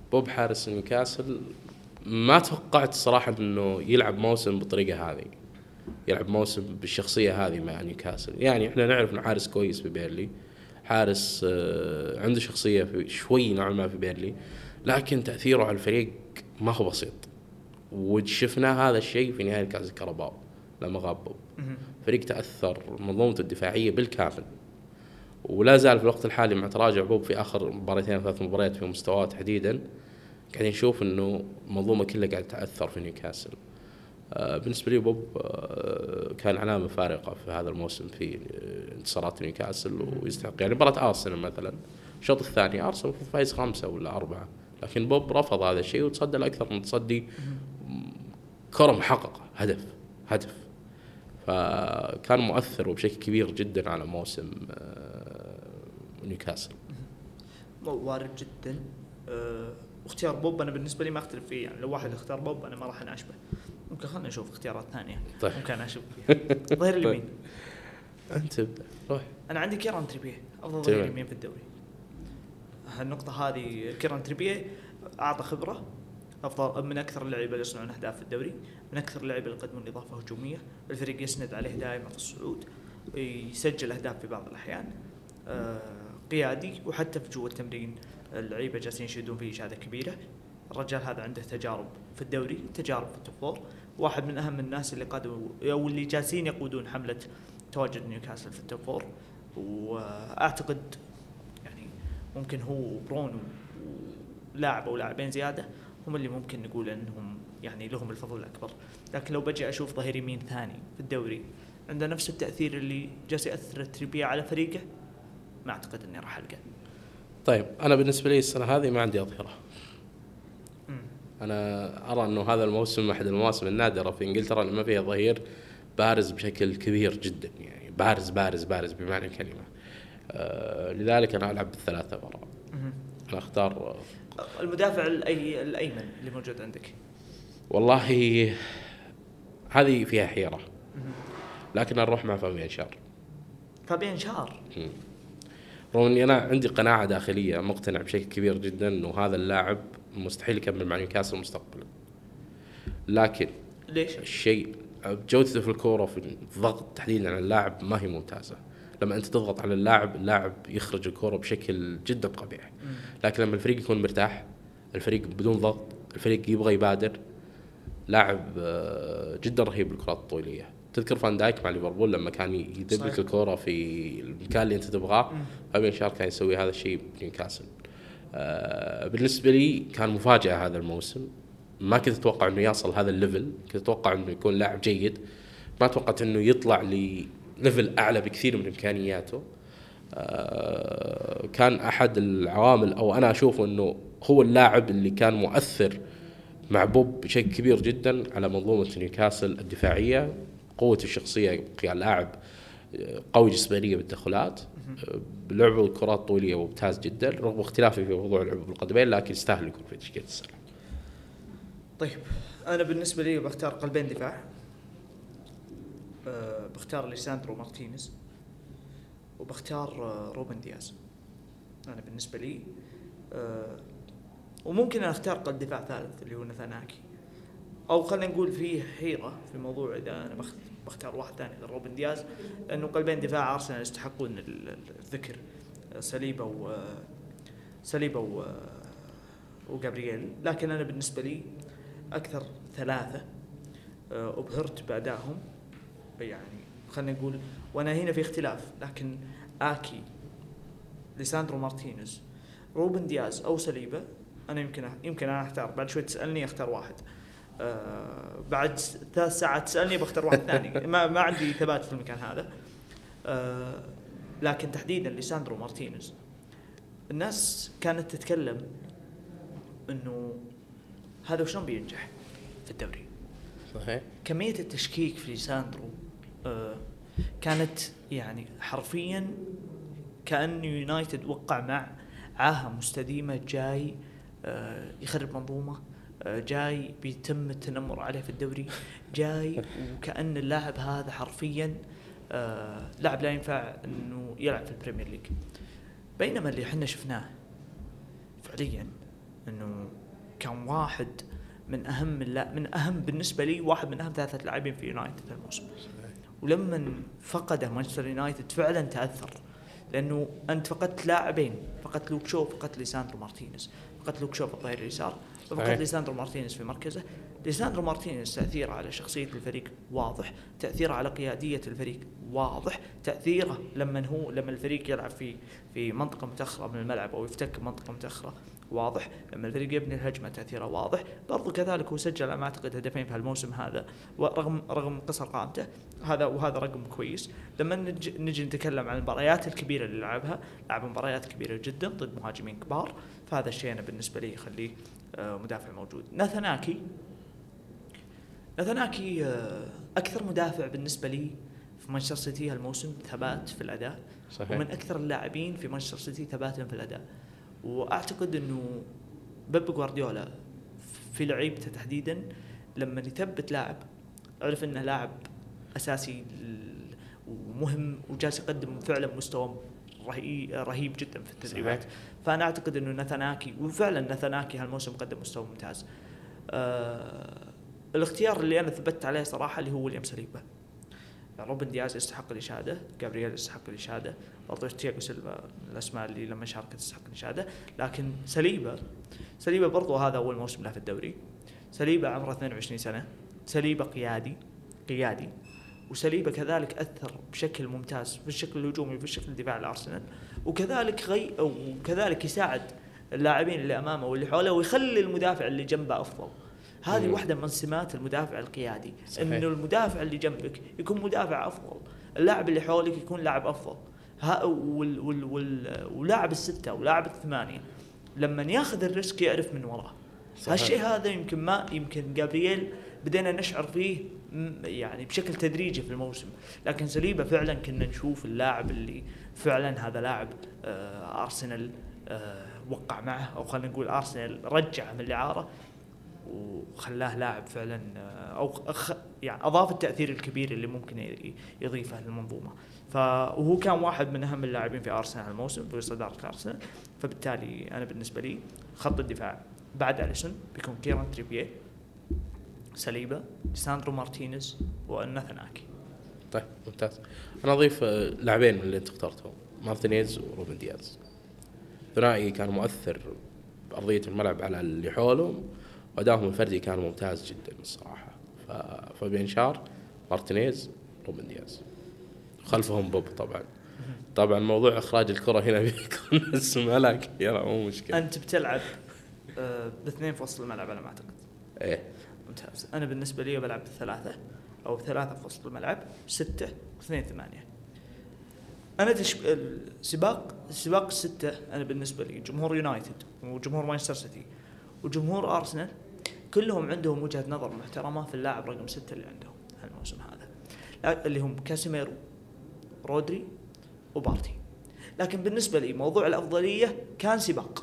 بوب حارس نيوكاسل ما توقعت صراحة انه يلعب موسم بالطريقة هذه، يلعب موسم بالشخصية هذه مع نيوكاسل. يعني احنا نعرف انه حارس كويس في بيرلي، حارس عنده شخصية في شوي نوعا ما في بيرلي، لكن تأثيره على الفريق ما هو بسيط، وشفنا هذا الشيء في نهاية كأس الكاراباو لما غاب بوب. فريق تأثر منظومته الدفاعية بالكامل، ولا زال في الوقت الحالي مع تراجع بوب في آخر مباراتين ثلاث مباريات في مستواه تحديدا، قاعدين نشوف إنه المنظومة كلها قاعدة تأثر في نيوكاسل. آه بالنسبة لي بوب آه كان علامة فارقة في هذا الموسم في انتصارات نيوكاسل، ويستحق يعني مباراة أرسنال مثلا الشوط الثاني أرسنال فايز خمسة ولا أربعة، لكن بوب رفض هذا الشيء وتصدى لأكثر من تصدي، كرة محققة، هدف هدف فكان مؤثر وبشكل كبير جدا على موسم نيوكاسل. وارد جدا. أه واختيار بوب انا بالنسبه لي ما اختلف فيه، يعني لو واحد اختار بوب انا ما راح اناشبه. ممكن خلنا نشوف اختيارات ثانيه. طيب. ممكن اناشب فيها. ظهير اليمين انت روح. انا عندي كيران تريبيه افضل ظهير يمين في الدوري. هالنقطه هذه كيران تريبيه اعطى خبره، افضل من اكثر اللعيبه اللي يصنعون اهداف في الدوري، من اكثر اللعيبه اللي يقدمون اضافه هجوميه، الفريق يسند عليه دائما في الصعود، يسجل اهداف في بعض الاحيان، آه قيادي، وحتى في جوا التمرين اللعيبه جالسين يشهدون فيه شهاده كبيره. الرجال هذا عنده تجارب في الدوري، تجارب في التوب فور، واحد من اهم الناس اللي قادوا او اللي جالسين يقودون حمله تواجد نيوكاسل في التوب فور. واعتقد يعني ممكن هو وبرونو ولاعب او لاعبين زياده هم اللي ممكن نقول انهم يعني لهم الفضل الاكبر. لكن لو بجي اشوف ظهير يمين ثاني في الدوري عنده نفس التاثير اللي جالس ياثر تريبيه على فريقه، ما اعتقد اني راح القى. طيب انا بالنسبه لي السنه هذه ما عندي اظهره. انا ارى انه هذا الموسم احد المواسم النادره في انجلترا اللي ما فيها ظهير بارز بشكل كبير جدا، يعني بارز بارز بارز بمعنى الكلمه. آه لذلك انا العب بالثلاثه وراء. انا اختار المدافع الأي الايمن اللي موجود عندك. والله هذه فيها حيره، لكن نروح مع فابيان شار. فابيان شار رغم اني انا عندي قناعه داخليه، مقتنع بشكل كبير جدا انه هذا اللاعب مستحيل يكمل مع نيوكاسل مستقبلا، لكن ليش؟ الشيء جودته في الكوره وفي الضغط تحديدا على اللاعب ما هي ممتازه. لما انت تضغط على اللاعب، اللاعب يخرج الكوره بشكل جدا قبيح، لكن لما الفريق يكون مرتاح، الفريق بدون ضغط، الفريق يبغى يبادر، لاعب جدا رهيب بالكرات الطويليه. تذكر فان دايك مع ليفربول لما كان يدبك الكوره في المكان اللي انت تبغاه، فابيان شار كان يسوي هذا الشيء بنيوكاسل. آه بالنسبه لي كان مفاجاه هذا الموسم، ما كنت اتوقع انه يصل هذا الليفل، كنت اتوقع انه يكون لاعب جيد، ما توقعت انه يطلع لليفل اعلى بكثير من امكانياته. آه كان احد العوامل، او انا اشوف انه هو اللاعب اللي كان مؤثر مع بوب بشكل كبير جدا على منظومه نيوكاسل الدفاعيه. قوة الشخصية، لاعب قوي جسمانيا بالتدخلات، بلعبه الكرات الطويلة ممتاز جدا، رغم اختلافي في موضوع لعبه بالقدمين، لكن يستاهل يكون في تشكيلة السنة. طيب أنا بالنسبة لي بختار قلبين دفاع، أه بختار ليساندرو مارتينيز وبختار أه روبن دياز. أنا بالنسبة لي أه وممكن أنا أختار قلب دفاع ثالث اللي هو ناثاناكي، او خلينا نقول فيه حيره في موضوع اذا انا بختار واحد ثاني غير روبن دياز، لانه قلبين دفاع ارسنال يستحقون الذكر، سليبا و سليبا و وجابرييل. لكن انا بالنسبه لي اكثر ثلاثه ابهرت بادائهم، يعني خلينا نقول، وانا هنا في اختلاف، لكن اكي، ليساندرو مارتينيز، روبن دياز او سليبا، انا يمكن يمكن انا اختار بعد شوي تسالني اختار واحد. آه بعد ثلاث ساعات تسألني بختار واحد ثاني. ما ما عندي ثبات في المكان هذا. آه لكن تحديدا ليساندرو مارتينيز، الناس كانت تتكلم انه هذا شلون بينجح في الدوري. صحيح. كمية التشكيك في ليساندرو آه كانت يعني حرفيا كأن يونايتد وقع مع عاهة مستديمة، جاي آه يخرب منظومة، جاي بيتم التنمر عليه في الدوري، جاي وكأن اللاعب هذا حرفيا آه لاعب لا ينفع انه يلعب في البريمير ليج. بينما اللي احنا شفناه فعليا انه كان واحد من اهم لا من اهم بالنسبه لي واحد من اهم ثلاثه لاعبين في يونايتد الموسم. ولما فقده مانشستر يونايتد فعلا تاثر، لانه انت فقدت لاعبين، فقدت لوك شو، فقدت ليساندرو مارتينيز، فقدت لوك شو في الظهير اليسار، فقدت ليساندرو مارتينيز في مركزه. ليساندرو مارتينيز تاثيره على شخصيه الفريق واضح، تاثيره على قياديه الفريق واضح، تاثيره لما هو لما الفريق يلعب في في منطقه متاخره من الملعب او يفتك منطقه متاخره واضح، لما الفريق يبني الهجمه تاثيره واضح. برضو كذلك هو سجل ما اعتقد هدفين في هالموسم هذا، ورغم رغم قصر قامته هذا، وهذا رقم كويس. لما نجي, نجي نتكلم عن المباريات الكبيره اللي لعبها، لعب مباريات كبيره جدا ضد مهاجمين كبار، فهذا الشيء انا بالنسبه لي يخليه مدافع موجود. ناثاناكي ناثاناكي اكثر مدافع بالنسبه لي في مانشستر سيتي هالموسم ثبات في الاداء، صحيح. ومن اكثر اللاعبين في مانشستر سيتي ثباتا في الاداء. واعتقد انه بيب غوارديولا في لعيبته تحديدا لما يثبت لاعب عرف انه لاعب اساسي ومهم وجالس يقدم فعلا مستوى رهيب جدا في التدريبات. فانا اعتقد انه ناثاناكي، وفعلا ناثاناكي هالموسم قدم مستوى ممتاز. آه الاختيار اللي انا ثبت عليه صراحه اللي هو ويليام ساليبا. روبن دياز يستحق الإشادة، جابرييل يستحق الإشادة، برضو تياغو سيلفا الأسماء اللي لما شاركت تستحق الإشادة. لكن ساليبا ساليبا برضو هذا أول موسم له في الدوري. ساليبا عمره اثنين وعشرين سنة، ساليبا قيادي قيادي وساليبا كذلك أثر بشكل ممتاز في الشكل الهجومي وفي الشكل الدفاعي الأرسنال، وكذلك غي وكذلك يساعد اللاعبين اللي أمامه واللي حوله ويخلي المدافع اللي جنبه أفضل. هذه واحدة من سمات المدافع القيادي، إنه المدافع اللي جنبك يكون مدافع أفضل، اللاعب اللي حولك يكون لاعب أفضل. ها وال وال وال ولاعب الستة ولاعب الثمانية لما ياخذ الريسك يعرف من وراه. هالشيء هذا يمكن ما يمكن جابرييل بدينا نشعر فيه يعني بشكل تدريجي في الموسم، لكن ساليبا فعلا كنا نشوف اللاعب اللي فعلا هذا لاعب آه أرسنال آه وقع معه، أو خلينا نقول أرسنال رجع من الإعارة وخلاه لاعب فعلا او أخ يعني اضاف التاثير الكبير اللي ممكن يضيفه للمنظومه. فهو كان واحد من اهم اللاعبين في ارسنال الموسم في صداره ارسنال. فبالتالي انا بالنسبه لي خط الدفاع بعد أليسون بيكون كيران تريبيه، ساليبا، ليساندرو مارتينيز، وناثاناكي. طيب ممتاز. انا اضيف لاعبين من اللي انت اخترتهم، مارتينيز وروبن دياز. ثنائي كان مؤثر بارضيه الملعب على اللي حوله، وأداؤهم الفردي كان ممتاز جدا الصراحة. فبينشار، مارتينيز، روبن دياز، خلفهم بوب. طبعا طبعا موضوع إخراج الكرة هنا بيكون اسمه لك يلا مو مشكلة. أنت بتلعب آه باثنين في وسط الملعب على ما أعتقد. إيه ممتاز. أنا بالنسبة لي بلعب بثلاثة أو ثلاثة في وسط الملعب، ستة واثنين ثمانية. أنا تشب... سباق سباق الستة أنا بالنسبة لي جمهور يونايتد وجمهور مانشستر سيتي وجمهور أرسنال كلهم عندهم وجهة نظر محترمة في اللاعب رقم ستة اللي عندهم هالموسم هذا، اللي هم كاسيميرو، رودري، وبارتي. لكن بالنسبة لي موضوع الأفضلية كان سباق.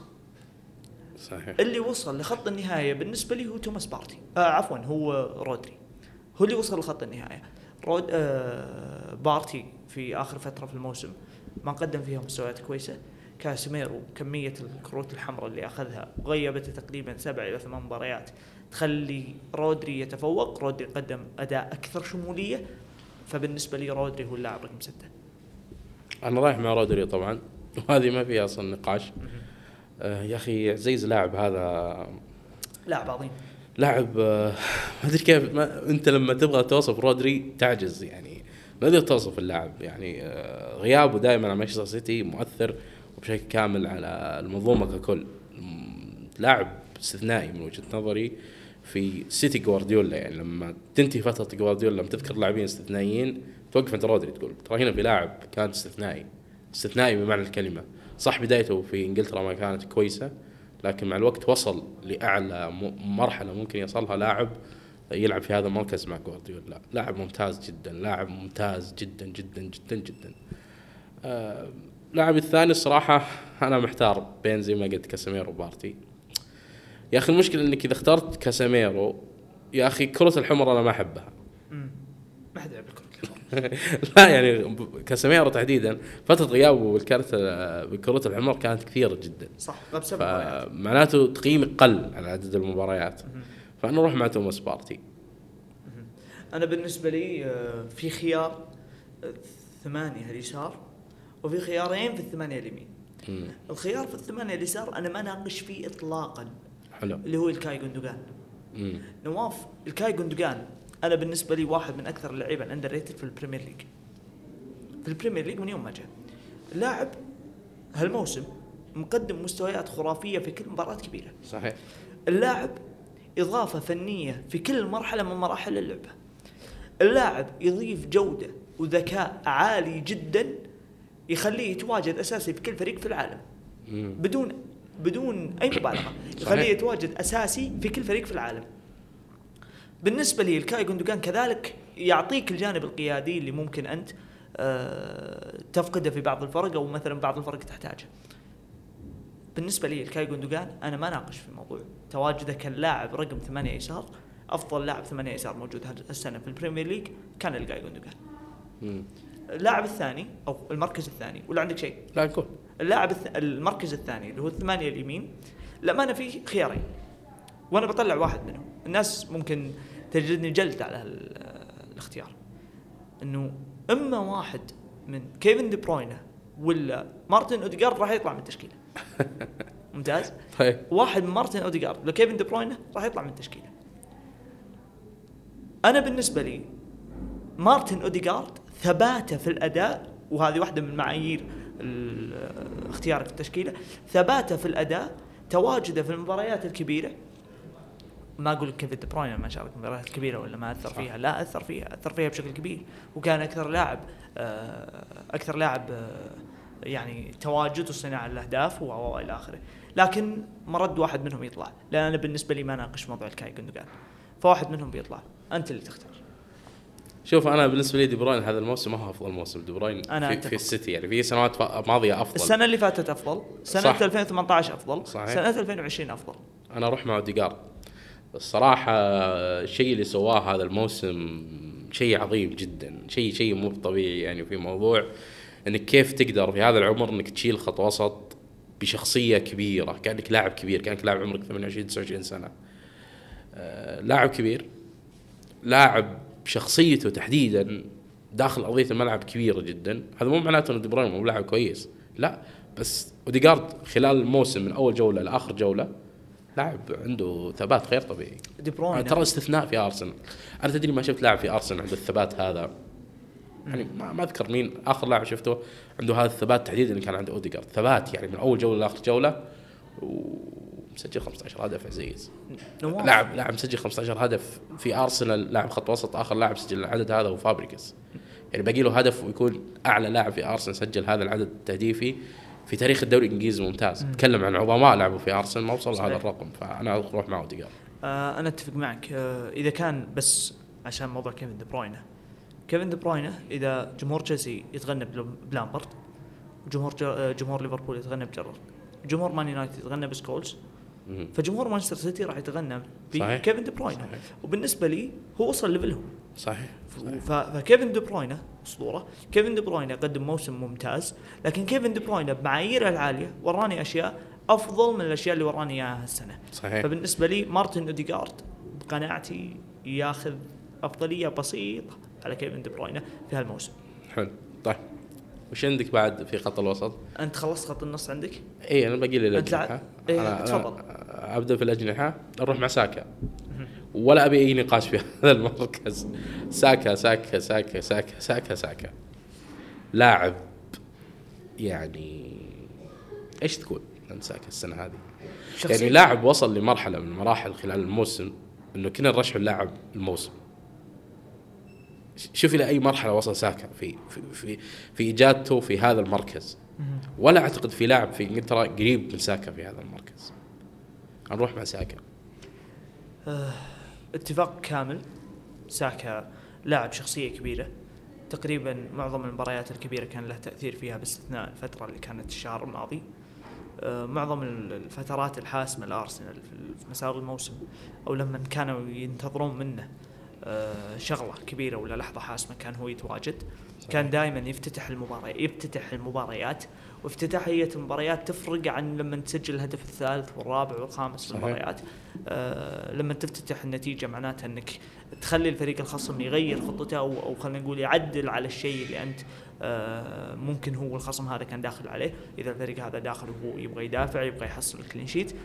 صحيح. اللي وصل لخط النهاية بالنسبة لي هو توماس بارتي، آه عفوا هو رودري، هو اللي وصل لخط النهاية. رود آه بارتي في آخر فترة في الموسم ما قدم فيها مستويات كويسة. كاسيميرو كمية الكروت الحمراء اللي أخذها غيبته تقريبا سبع إلى ثمان مباريات تخلي رودري يتفوق. رودري قدم أداء أكثر شمولية، فبالنسبة لي رودري هو اللاعب رقم ستة. أنا رايح مع رودري طبعا، وهذه ما فيها أصلا نقاش. آه يا أخي عزيز لاعب هذا، لاعب عظيم، لاعب آه ما أدري كيف ما أنت لما تبغى توصف رودري تعجز، يعني ما أدري توصف اللاعب. يعني آه غيابه دائما على مانشستر سيتي مؤثر بشكل كامل على المنظومة ككل. لاعب استثنائي من وجهة نظري في سيتي جوارديولا. يعني لما تنتهي فترة جوارديولا لما تذكر لاعبين استثنائيين توقف انت رودري تقول ترى هنا في لاعب كان استثنائي، استثنائي بمعنى الكلمة. صح بدايته في انجلترا ما كانت كويسة، لكن مع الوقت وصل لأعلى مرحلة ممكن يصلها لاعب يلعب في هذا المركز مع جوارديولا. لاعب ممتاز جدا، لاعب ممتاز جدا جدا جدا جدا. آه لاعب الثاني الصراحة أنا محتار بين زي ما قلت كاسيميرو وبارتي. يا أخي المشكلة إنك إذا اخترت كاسيميرو يا أخي كرة الحمر أنا ما أحبها. ما حد يلعب الكرة الحمر. لا يعني كاسيميرو تحديدا فتره غيابه بالكارت بكروت الحمر كانت كثيره جدا. صح، بسبب مباريات. فمعناته تقييمي قل على عدد المباريات، فانا اروح مع توماس بارتي. انا بالنسبه لي آه، في خيار آه، ثمانية اليسار وفي خيارين في الثمانية اليمين. مم. الخيار في الثمانية اليسار انا ما ناقش فيه اطلاقا، حلو. اللي هو الكاي جوندوغان. مم. نواف، الكاي جوندوغان انا بالنسبه لي واحد من اكثر اللعيبه الاندر ريتد في البريمير ليج. في البريمير ليج من يوم ما جاء اللاعب هالموسم مقدم مستويات خرافيه في كل مباراه كبيره. صحيح. اللاعب اضافه فنيه في كل مرحله من مراحل اللعبه. اللاعب يضيف جوده وذكاء عالي جدا يخليه يتواجد اساسي في كل فريق في العالم. مم. بدون بدون اي مبالغه، يخليه يتواجد اساسي في كل فريق في العالم. بالنسبه لي الكاي جوندوغان كذلك يعطيك الجانب القيادي اللي ممكن انت أه تفقده في بعض الفرق، او مثلا بعض الفرق تحتاجه. بالنسبه لي الكاي جوندوغان انا ما ناقش في الموضوع تواجده كلاعب رقم ثمانية يسار. افضل لاعب ثمانية يسار موجود هالسنه في البريمير ليج كان الكاي جوندوغان. اللاعب الثاني او المركز الثاني، ولا عندك شيء؟ لا نقول اللاعب الث... المركز الثاني اللي هو الثمانية اليمين، لا ما أنا فيه خيارين وانا بطلع واحد منهم. الناس ممكن تجدني جلد على الاختيار، انه اما واحد من كيفن دي بروينه ولا مارتن اوديغارد راح يطلع من التشكيله. ممتاز. طيب واحد من مارتن اوديغارد ولا كيفن دي بروينه راح يطلع من التشكيله. انا بالنسبه لي مارتن اوديغارد ثباته في الاداء، وهذه واحده من معايير اختيارك في التشكيله، ثباته في الاداء، تواجده في المباريات الكبيره. ما اقول لك كيفن دي بروين ما شارك مباريات كبيره ولا ما اثر فيها، لا اثر فيها، اثر فيها بشكل كبير، وكان اكثر لاعب اكثر لاعب يعني تواجد وصناعه الاهداف والى اخره. لكن مرد واحد منهم يطلع، لان انا بالنسبه لي ما ناقش موضوع الكاي جوندوغان، فواحد منهم بيطلع. انت اللي تختار. شوف انا بالنسبه لي دي بروين هذا الموسم ما هو افضل موسم. دي بروين في, في السيتي يعني في سنوات ماضيه افضل. السنه اللي فاتت افضل، سنه ألفين وثمانية عشر افضل، صحيح. سنه ألفين وعشرين افضل. انا اروح مع اوديغارد الصراحه. الشيء اللي سواه هذا الموسم شيء عظيم جدا، شيء شيء مو طبيعي يعني. في موضوع انك كيف تقدر في هذا العمر انك تشيل خط وسط بشخصيه كبيره، كانك لاعب كبير، كانك لاعب عمرك ثمانية وعشرين تسعة وعشرين سنه. آه لاعب كبير، لاعب شخصيته تحديدا داخل ارضيه الملعب كبيره جدا. هذا مو معناته انه دي بروين مو لاعب كويس، لا، بس اوديغارد خلال الموسم من اول جوله لاخر جوله لاعب عنده ثبات غير طبيعي. دي بروين ترى استثناء في ارسنال. انا تدري ما شفت لاعب في ارسنال عنده الثبات هذا يعني. ما, ما اذكر مين اخر لاعب شفته عنده هذا الثبات تحديدا اللي كان عنده اوديغارد. ثبات يعني من اول جوله لاخر جوله، ومسجل خمسة عشر هدف عزيز. لاعب لاعب مسجل خمسة عشر هدف في ارسنال، لاعب خط وسط. اخر لاعب سجل العدد هذا هو فابريكاس، يعني باقي له هدف ويكون اعلى لاعب في ارسنال سجل هذا العدد التهديفي في تاريخ الدوري الانجليزي الممتاز. تكلم عن عظماء لعبوا في ارسنال ما وصل هذا الرقم، فانا اروح مع اوديغارد. آه انا اتفق معك. آه اذا كان بس عشان موضوع كيفن دي بروينه، كيفن دي بروينه اذا جمهور تشيلسي يتغنى بلامبرد، وجمهور جمهور ليفربول يتغنى بجيرارد، جمهور مان يونايتد يتغنى بسكولز، فجمهور مانشستر سيتي راح يتغنى بكيفن دي بروينه. وبالنسبه لي هو وصل ليفلهم. صحيح. فكيفن دي بروينه اسطوره. كيفن دي بروينه قدم موسم ممتاز، لكن كيفن دي بروينه بمعاييره العاليه وراني اشياء افضل من الاشياء اللي وراني اياها السنه. صحيح. فبالنسبه لي مارتن اوديغارد بقناعتي ياخذ افضليه بسيطه على كيفن دي بروينه في هالموسم. حلو. طيب وش عندك بعد في خط الوسط؟ انت خلصت خط النص عندك؟ اي انا باقي لي الاجنحه. إيه أنا تفضل. ابدا في الاجنحه. نروح مع ساكا، ولا ابي اي نقاش في هذا المركز. ساكا ساكا ساكا ساكا ساكا ساكا لاعب يعني ايش تقول عن ساكا السنه هذه؟ يعني لاعب وصل لمرحله من المراحل خلال الموسم انه كنا نرشح اللاعب الموسم. شوف الى اي مرحله وصل ساكا في في في, في ايجادته في هذا المركز. ولا اعتقد في لاعب في انجلترا قريب من ساكا في هذا المركز. نروح مع ساكا. اه اتفاق كامل. ساكا لاعب شخصيه كبيره، تقريبا معظم المباريات الكبيره كان له تاثير فيها باستثناء الفتره اللي كانت الشهر الماضي. اه معظم الفترات الحاسمه لارسنال في مسار الموسم، او لما كانوا ينتظرون منه شغلة كبيرة ولا لحظة حاسمة كان هو يتواجد. كان دائما يفتتح المباراة يفتتح المباريات وافتتاحية المباريات تفرق عن لما تسجل الهدف الثالث والرابع والخامس في المباريات. آه لما تفتتح النتيجة معناتها انك تخلي الفريق الخصم يغير خطته او, أو خلينا نقول يعدل على الشيء اللي انت آه ممكن هو الخصم هذا كان داخل عليه. اذا الفريق هذا داخل وهو يبغى يدافع يبغى يحصل الكلين شيت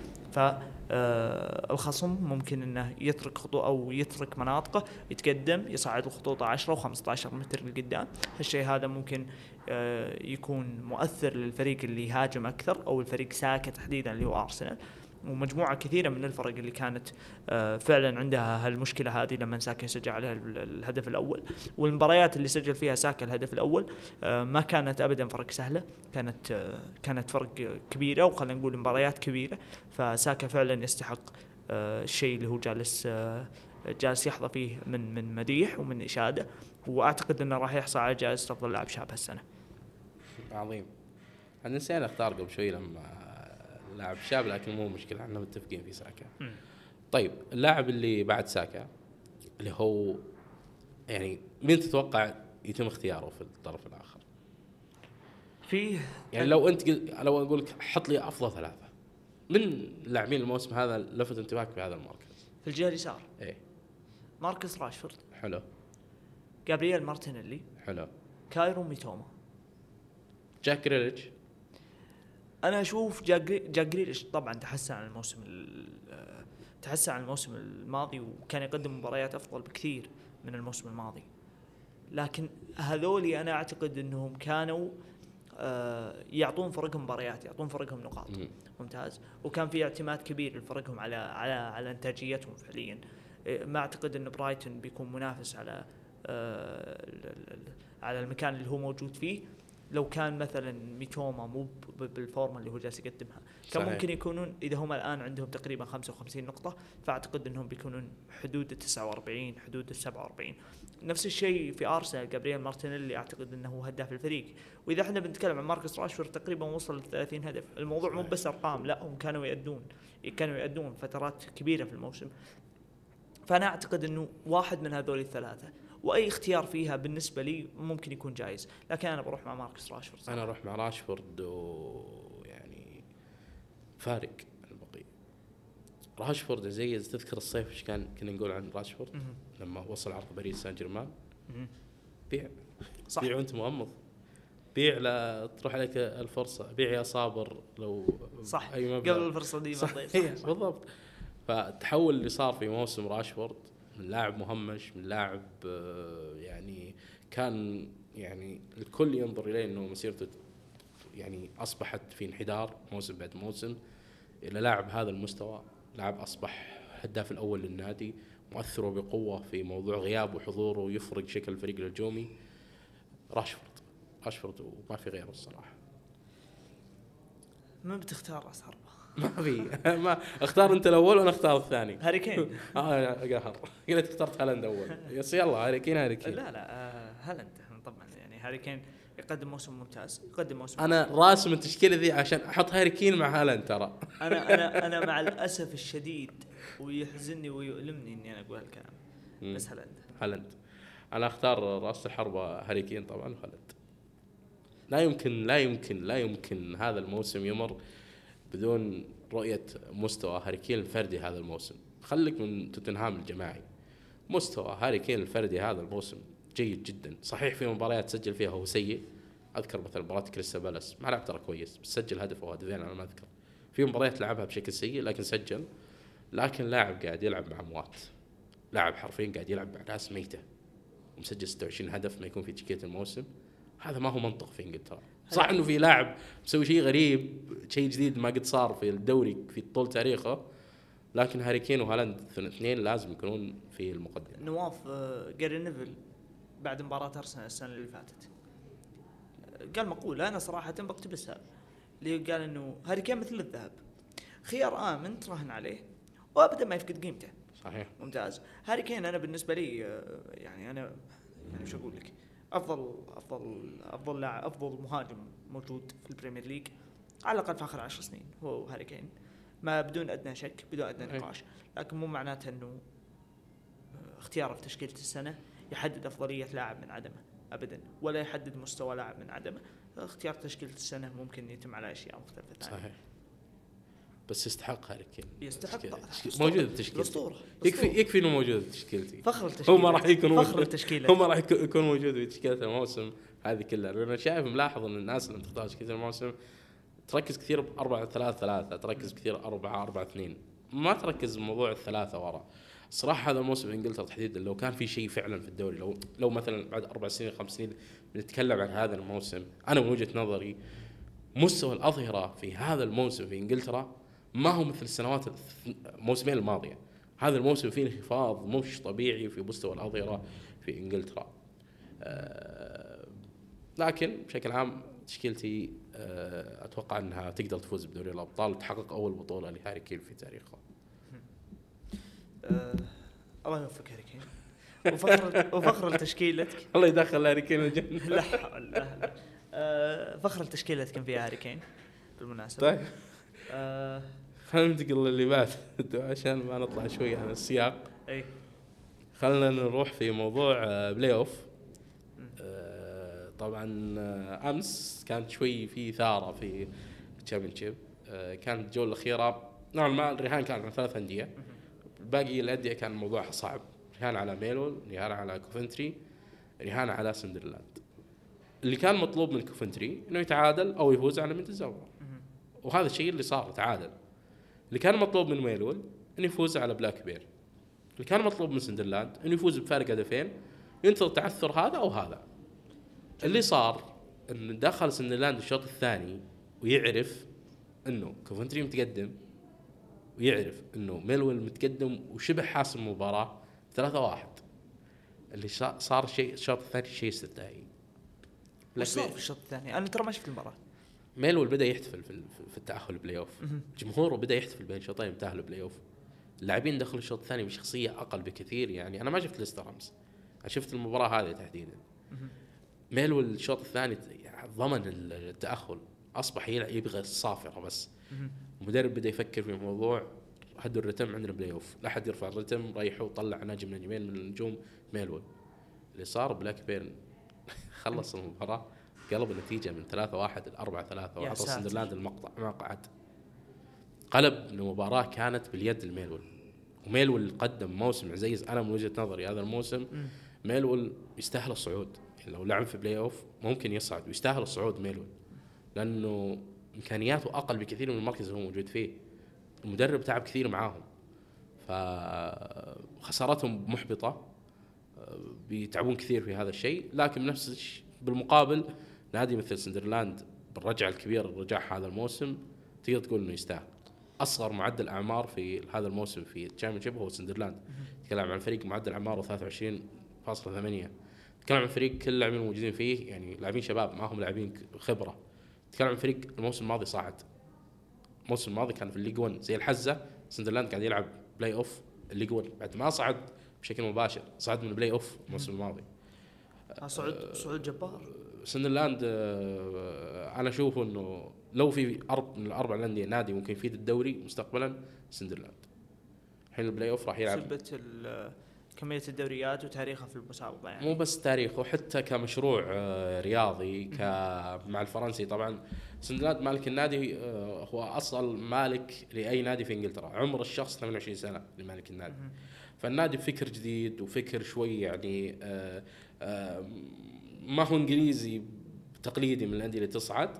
فالخصم ممكن انه يترك خطوة او يترك مناطقه يتقدم يصعد الخطوط عشرة وخمسة عشر متر لقدام. هالشيء هذا ممكن آه يكون مؤثر للفريق اللي يهاجم اكثر او الفريق ساكت تحديدا اللي هو ارسنال ومجموعة كثيرة من الفرق اللي كانت فعلا عندها هالمشكلة هذه لما ساكا سجل عليها الهدف الأول. والمباريات اللي سجل فيها ساكا الهدف الأول ما كانت أبدا فرق سهلة كانت كانت فرق كبيرة وخلينا نقول مباريات كبيرة. فساكا فعلا يستحق الشيء اللي هو جالس جالس يحظى فيه من من مديح ومن إشادة. وأعتقد أنه راح يحصل على جائزة أفضل لاعب شاب هالسنة. عظيم. أنا نسينا اختار قبل شوي لما لاعب شاب لكن مو مشكلة احنا متفقين في ساكا. م. طيب اللاعب اللي بعد ساكا اللي هو يعني مين تتوقع يتم اختياره في الطرف الآخر؟ فيه يعني لو أنت لو أقول لك حط لي أفضل ثلاثة من لاعبين الموسم هذا لفت انتباهك في هذا المركز في الجهة اليسار. إيه ماركوس راشفورد. حلو. جابرييل مارتينيلي. حلو. كايرو ميتوما. جاك جريليتش. أنا أشوف جاك جريليتش طبعاً تحسن عن الموسم تحسن عن الموسم الماضي وكان يقدم مباريات أفضل بكثير من الموسم الماضي. لكن هذولي أنا أعتقد أنهم كانوا يعطون فرقهم مباريات يعطون فرقهم نقاط. م. ممتاز. وكان في اعتماد كبير لفرقهم على على على إنتاجيتهم فعلياً. ما أعتقد أن برايتون بيكون منافس على على المكان اللي هو موجود فيه لو كان مثلا ميتوما مو بالفورمه اللي هو جالس يقدمها. كان ممكن يكونون اذا هم الان عندهم تقريبا خمسة وخمسين نقطه فاعتقد انهم بيكونون حدود التسعة وأربعين حدود السبعة وأربعين. نفس الشيء في ارسنال جابرييل مارتينيلي اعتقد انه هو هداف الفريق. واذا احنا بنتكلم عن ماركوس راشفورد تقريبا وصل ل ثلاثين هدف. الموضوع مو بس ارقام لا هم كانوا يأدون كانوا يأدون فترات كبيره في الموسم. فانا اعتقد انه واحد من هذول الثلاثه واي اختيار فيها بالنسبه لي ممكن يكون جائز لكن انا بروح مع ماركوس راشفورد. انا اروح مع راشفورد ويعني فارق البقيه. راشفورد زي تذكر الصيف ايش كان كنا نقول عن راشفورد م- لما وصل عرض باريس سان جيرمان بيع صح. بيع وانت مغمض بيع لا تروح عليك الفرصه بيع يا صابر لو صح أي قبل الفرصه دي ما بالضبط. فالتحول اللي صار في موسم راشفورد من لاعب مهمش من لاعب يعني كان يعني الكل ينظر إليه إنه مسيرته يعني أصبحت في انحدار موسم بعد موسم إلى لاعب هذا المستوى. لاعب أصبح هداف الأول للنادي مؤثر بقوة في موضوع غياب وحضوره ويفرق شكل الفريق الهجومي. راشفورد راشفورد وما في غيره الصراحة. ما بتختار راس حربة ما في ما اختار انت الاول وانا اختار الثاني. هاري كين. اه قهر قلت اخترت هالاند اول. يس يلا هاري كين هاري كين. لا لا آه هالاند طبعا يعني هاري كين يقدم موسم ممتاز يقدم موسم انا راسم التشكيله ذي عشان احط هاري كين مع هالاند ترى. انا انا انا مع الاسف الشديد ويحزنني ويؤلمني اني انا اقول هالكلام بس هالاند هالاند انا اختار راس الحربة هاري كين طبعا هالاند. لا يمكن لا يمكن لا يمكن هذا الموسم يمر بدون رؤية مستوى هاري كين الفردي هذا الموسم. خليك من توتنهام الجماعي. مستوى هاري كين الفردي هذا الموسم جيد جدا. صحيح في مباريات سجل فيها هو سيء. أذكر مثلا مباراة كريستال بالاس ما لعب ترى كويس بس سجل هدف وهدفين أنا ما أذكر. في مباريات لعبها بشكل سيء لكن سجل. لكن لاعب قاعد يلعب مع أموات. لاعب حرفيا قاعد يلعب مع ناس ميتة ومسجل ستة وعشرين هدف ما يكون في تشكيلة الموسم. هذا ما هو منطق في إنجلترا. صح إنه في لاعب مسوي شيء غريب شيء جديد ما قد صار في الدوري في طول تاريخه لكن هاري كين وهالاند اثنين لازم يكونون في المقدمة. نواف جاري نيفل بعد مباراة أرسنال السنة اللي فاتت قال مقولة أنا صراحة بقتبسها اللي قال إنه هاري كين مثل الذهب خيار آمن تراهن عليه وأبدا ما يفقد قيمته. صحيح. ممتاز. هاري كين أنا بالنسبة لي يعني أنا يعني شو أقول لك أفضل أفضل أفضل لاعب أفضل مهاجم موجود في البريمير ليج على الأقل في آخر عشر سنين هو هاري كين ما بدون أدنى شك بدون أدنى نقاش. لكن مو معناته إنه اختياره في تشكيلة السنة يحدد أفضلية لاعب من عدمه أبدا، ولا يحدد مستوى لاعب من عدمه. اختيار تشكيلة السنة ممكن يتم على أشياء مختلفة ثانية. صحيح. بس يستحق هاري كين. يستحق موجود بتشكيلتي. أسطورة. يكفي يكفي انه موجود بتشكيلتي. فخر التشكيلة. هو ما راح يكون فخر التشكيلة. هو ما راح يكون موجود بتشكيلة الموسم هذه كلها. انا شايف ملاحظ ان الناس اللي تختار تشكيلة الموسم تركز كثير بأربعة ثلاثة ثلاثة، تركز كثير أربعة أربعة اثنين، ما تركز بموضوع الثلاثة ورا. صراحة هذا الموسم في إنجلترا تحديدا لو كان في شيء فعلا في الدوري، لو لو مثلا بعد أربع سنين خمس سنين بنتكلم عن هذا الموسم، أنا من وجهة نظري مستوى الأظهرة في هذا الموسم في إنجلترا ما هو مثل السنوات الموسمين الماضية. هذا الموسم فيه انخفاض مش طبيعي في مستوى الأظهرة في إنجلترا. أه لكن بشكل عام تشكيلتي أه أتوقع أنها تقدر تفوز بدوري الأبطال وتحقق أول بطولة لهاري كين في تاريخه. أه الله يوفقك هاري كين وفخر وفخر لتشكيلتك. الله يدخل هاري كين الجنة. لا لا أه فخر لتشكيلتك فيها هاري كين بالمناسبة. طيب أه خلينا ننتقل للي بعد عشان ما نطلع شوي عن السياق. أي خلينا نروح في موضوع بلاي أوف. أه طبعا أمس كانت شوي في ثارة في الشامبيونشيب. أه كانت الجولة الأخيرة نوعا ما الرهان كان على ثلاث أندية، باقي الأندية كان الموضوع صعب. رهان على ميلول، رهان على كوفنتري، رهان على سندرلاند. اللي كان مطلوب من كوفنتري إنه يتعادل أو يفوز على ميدلزبرا، وهذا الشيء اللي صار، تعادل. اللي كان مطلوب من ميلول إنه يفوز على بلاك بير. اللي كان مطلوب من سندرلاند إنه يفوز بفارق هدفين، ينتظر تعثر هذا أو هذا. اللي صار إنه دخل سندرلاند الشوط الثاني ويعرف إنه كوفنتري متقدم، ويعرف إنه ميلول متقدم وشبه حاسم المباراة ثلاثة واحد. اللي صار شيء الشوط الثاني شيء استثنائي. صار في الشوط الثاني أنا ترى ما شفت المباراة. ميلول بدأ يحتفل في في التأهل بلاي أوف، جمهوره بدأ يحتفل بين شوطين التأهل بلاي أوف. اللاعبين دخلوا الشوط الثاني بشخصية أقل بكثير. يعني أنا ما شفت ليستر أمس، أنا شفت المباراة هذه تحديدا. ميلول الشوط الثاني ضمن التأهل، أصبح يبغى الصافرة بس. المدرب بدأ يفكر في موضوع هدوا الرتم، عندنا بلاي أوف، لا حد يرفع الرتم، ريحوا وطلع نجم نجمين من النجوم ميلول. اللي صار بلاك بيرن خلص المباراة قلب النتيجة من ثلاثة واحد لأربعة ثلاثة وعطى سندرلاند المقطع ما قعد. قلب المباراة كانت باليد الميلول، وميلول قدم موسم عزيز. أنا من وجهة نظري هذا الموسم ميلول يستاهل الصعود. يعني لو لعب في بلاي أوف ممكن يصعد ويستاهل الصعود ميلول، لأنه إمكانياته أقل بكثير من المركز اللي هو موجود فيه. المدرب تعب كثير معاهم، فخسارتهم محبطة، بيتعبون كثير في هذا الشيء. لكن بنفس الشيء بالمقابل نادي مثل سندرلاند بالرجعة الكبيرة الرجاع هذا الموسم تقدر تقول إنه يستاهل. أصغر معدل أعمار في هذا الموسم في الشامبيونشيب هو سندرلاند. تكلم عن فريق معدل أعماره ثلاثة وعشرين فاصلة ثمانية. تكلم عن فريق كل اللاعبين الموجودين فيه يعني لاعبين شباب ما هم لاعبين خبرة. تكلم عن فريق الموسم الماضي صعد، الموسم الماضي كان في الليج واحد زي الحزة. سندرلاند قاعد يلعب بلاي أوف الليج واحد بعد ما صعد بشكل مباشر، صعد من بلاي أوف الموسم الماضي. صعود صعود جبار. سندرلاند أنا أشوف إنه لو في أرب من الأربع الأندية نادي ممكن يفيد الدوري مستقبلا سندرلاند. الحين البلاي أوف راح يلعب سبت كمية الدوريات وتاريخها في المسابقة، يعني مو بس تاريخه حتى كمشروع رياضي ك مع الفرنسي. طبعا سندرلاند مالك النادي هو أصل مالك لأي نادي في إنجلترا، عمر الشخص ثمانية وعشرين سنة لمالك النادي. فالنادي بفكر جديد وفكر شوي يعني آآ آآ ما هو إنجليزي تقليدي من الأندية اللي تصعد.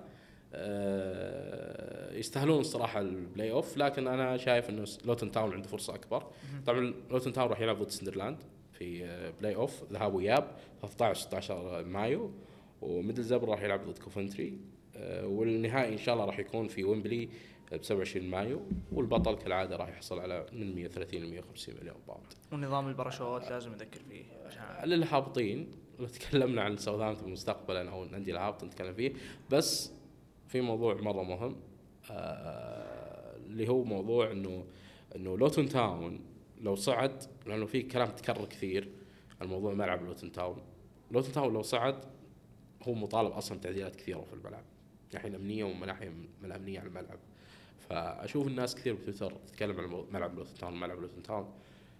يستاهلون الصراحة البلاي أوف، لكن أنا شايف إنه لوتن تاون عنده فرصة أكبر. طبعا لوتن تاون راح يلعب ضد سندرلاند في بلاي أوف ذهاب وإياب ثلاثة عشر ستة عشر مايو، وميدلزبرا راح يلعب ضد كوفنتري، والنهائي إن شاء الله راح يكون في ويمبلي ب سبعة وعشرين مايو، والبطل كالعادة راح يحصل على من مئة وثلاثين إلى مئة وخمسين مليون باوند. ونظام الباراشوت لازم نذكر فيه عشان للهابطين. لو تكلمنا عن ساوثهامبتون مستقبلا أو الأندية الهابطة نتكلم فيه، بس في موضوع مرة مهم آه اللي هو موضوع إنه إنه لوتون تاون لو صعد، لأنه في كلام تكرر كثير الموضوع ملعب لوتون تاون. لوتون تاون لو صعد هو مطالب أصلا تعديلات كثيرة في الملعب، ناحية أمنية ومناحية من أمنية على الملعب. فأشوف الناس كثير بتويتر تتكلم عن ملعب لوتون تاون ملعب لوتون تاون.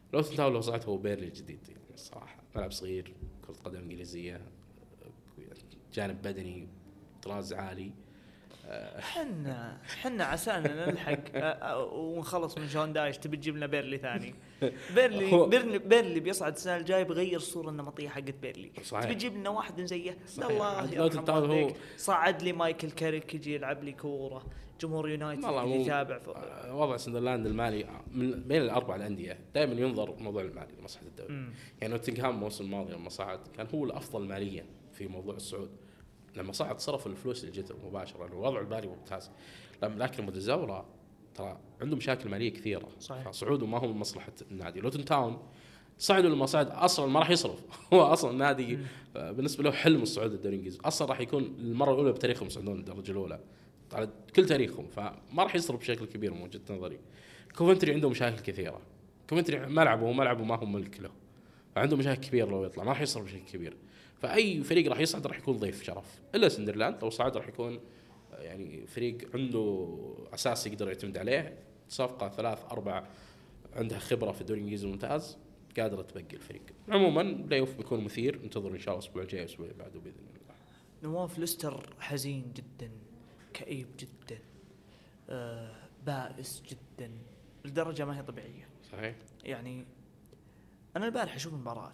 لوتون تاون لو صعد هو بيرلي الجديد يعني الصراحه، ملعب صغير، كرة قدم انجليزيه، جانب بدني، طراز عالي. حنا حنا عسانا نلحق آه، آه، ونخلص من جون دايش، تبي تجيب لنا بيرلي ثاني؟ بيرلي هو- بيرلي بيرلي بيصعد السنه الجايه بغير الصوره النمطيه حقت بيرلي. صحيح. تبي تجيب لنا واحد زيه؟ صحيح. الله عاد لو يرحم تتعود هو- والديك، صعد لي مايكل كاريك يجي يلعب لي كوره، جمهور يونايتد والله اللي مو يتابع ف... آه، وضع سندرلاند المالي من بين الاربع الانديه دائما ينظر موضوع المالي لمصلحه الدوري. مم. يعني نوتنغهام الموسم الماضي لما صعد كان هو الافضل ماليا في موضوع الصعود، لما صعد صرف الفلوس اللي جته مباشره، الوضع المالي ممتاز. لم- لكن متزورة ترى عنده مشاكل ماليه كثيره، صحيح. فصعوده ما هو من مصلحه النادي. لوتون تاون صعدوا لما صعد اصلا ما راح يصرف هو اصلا النادي آه، بالنسبه له حلم الصعود الدوري الانجليزي، اصلا راح يكون المره الاولى بتاريخهم يصعدون الدرجه الاولى على كل تاريخهم، فما راح يصرف بشكل كبير من وجهه نظري. كوفنتري عنده مشاكل كثيره، كوفنتري ملعبه وملعبه ما هو ملك له، فعنده مشاكل كبيره، لو يطلع ما راح يصرف بشكل كبير. فاي فريق راح يصعد راح يكون ضيف شرف، الا سندرلاند لو صعد راح يكون آه، يعني فريق عنده اساس يقدر يعتمد عليه، صفقه ثلاث اربع عندها خبره في الدوري الانجليزي الممتاز قادره تبقي الفريق. عموما بلاي اوف بيكون مثير، انتظر ان شاء الله الاسبوع الجاي والاسبوع اللي بعده باذن الله. نواف ليستر حزين جدا، كئيب جدا، آه بائس جدا لدرجه ما هي طبيعيه. صحيح. يعني انا البارح اشوف المباراة،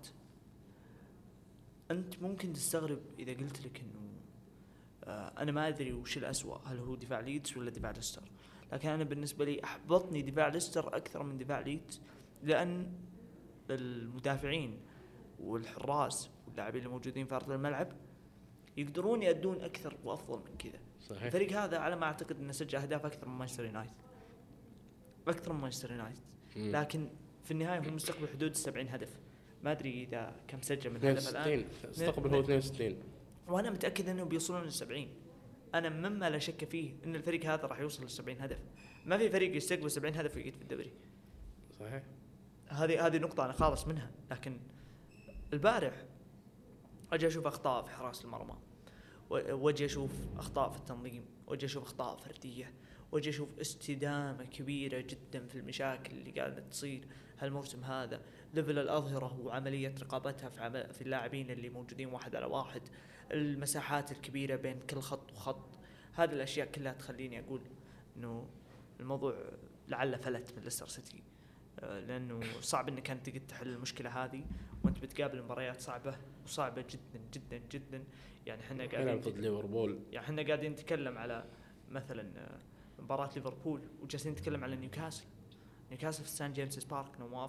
انت ممكن تستغرب اذا قلت لك انه آه انا ما ادري وش الاسوأ، هل هو دفاع ليدز ولا دفاع ليستر، لكن انا بالنسبه لي احبطني دفاع ليستر اكثر من دفاع ليدز، لان المدافعين والحراس واللاعبين الموجودين في ارض الملعب يقدرون يأدون اكثر وافضل من كذا. صحيح. الفريق هذا على ما اعتقد انه سجل اهداف اكثر من مانشستر يونايتد، اكثر من مانشستر يونايتد، لكن في النهايه هو مستقبل حدود السبعين هدف، ما ادري اذا كم سجل من هدف الان. اثنين وستين استقبل هو اثنين وستين، وانا متاكد انهم بيوصلون للسبعين. انا مما لا شك فيه ان الفريق هذا راح يوصل للسبعين هدف، ما في فريق يستقبل سبعين هدف ويقعد في الدوري. صحيح. هذه هذه نقطه انا خالص منها. لكن البارح اجي اشوف اخطاء في حراسه المرمى، واجي اشوف اخطاء في التنظيم، واجي اشوف اخطاء فرديه، واجي اشوف استدامه كبيره جدا في المشاكل اللي قاعده تصير هالموسم هذا، ليفل الاظهره وعمليه رقابتها في عمل في اللاعبين اللي موجودين واحد على واحد، المساحات الكبيره بين كل خط وخط. هذه الاشياء كلها تخليني اقول انه الموضوع لعل فلت من ليستر سيتي، لانه صعب انك انت تقدر تحل المشكله هذه وانت بتقابل مباريات صعبه وصعبه جدا جدا جدا. يعني احنا قاعدين ضد ليفربول، يعني احنا قاعدين نتكلم على مثلا مباراه ليفربول وجالسين نتكلم على نيوكاسل. نيوكاسل في سان جيمس بارك نواف،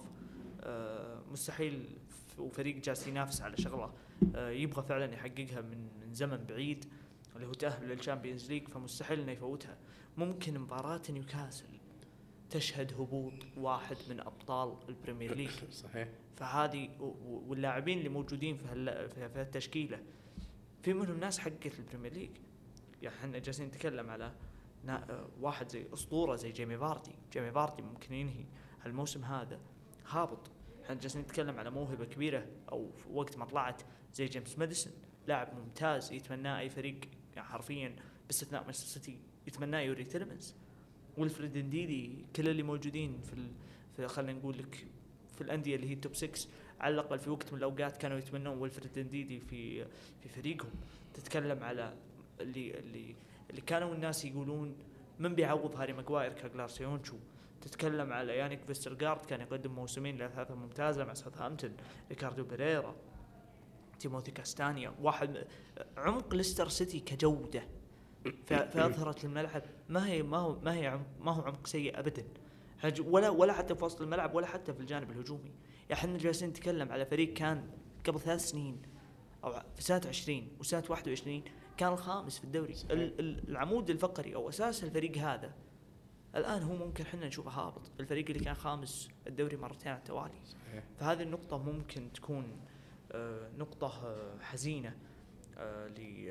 آه مستحيل، وفريق جالس ينافس على شغله آه يبغى فعلا يحققها من من زمن بعيد اللي هو تأهل للشامبيونز ليج، فمستحيل انه يفوتها. ممكن مباراه نيوكاسل تشهد هبوط واحد من ابطال البريمير ليج. صحيح. فهذه واللاعبين اللي موجودين في في التشكيله في منهم ناس حقت البريمير ليج. يعني احنا جالسين نتكلم على واحد زي اسطوره زي جيمي فاردي، جيمي فاردي ممكن ينهي الموسم هذا هابط. احنا جالسين نتكلم على موهبه كبيره او في وقت ما طلعت زي جيمس ماديسون، لاعب ممتاز يتمناه اي فريق، يعني حرفيا باستثناء مانشستر سيتي يتمناه يوري تيلمنز. ويلفريد نديدي، كل اللي موجودين في ال... في خلينا نقول لك في الانديه اللي هي توب ستة على الاقل في وقت من الاوقات كانوا يتمنون ويلفريد نديدي في في فريقهم. تتكلم على اللي اللي اللي كانوا الناس يقولون من بيعوض هاري ماغواير كجلار سيونشو. تتكلم على يانيك فيسترغارد كان يقدم موسمين لثلاثه ممتازه مع ساوثهامبتون، ريكاردو بيريرا، تيموثي كاستانيا. واحد عمق ليستر سيتي كجوده في أظهرة الملعب ما هي ما هو ما هي عمق ما هو عمق سيء أبدا، ولا ولا حتى في وسط الملعب ولا حتى في الجانب الهجومي. يعني احنا جالسين نتكلم على فريق كان قبل ثلاث سنين أو في سنة عشرين وسنة واحد وعشرين كان الخامس في الدوري، العمود الفقري أو أساس الفريق هذا. الآن هو ممكن حنا نشوفه هابط، الفريق اللي كان خامس الدوري مرتين على التوالي. فهذه النقطة ممكن تكون آه نقطة آه حزينة آه ل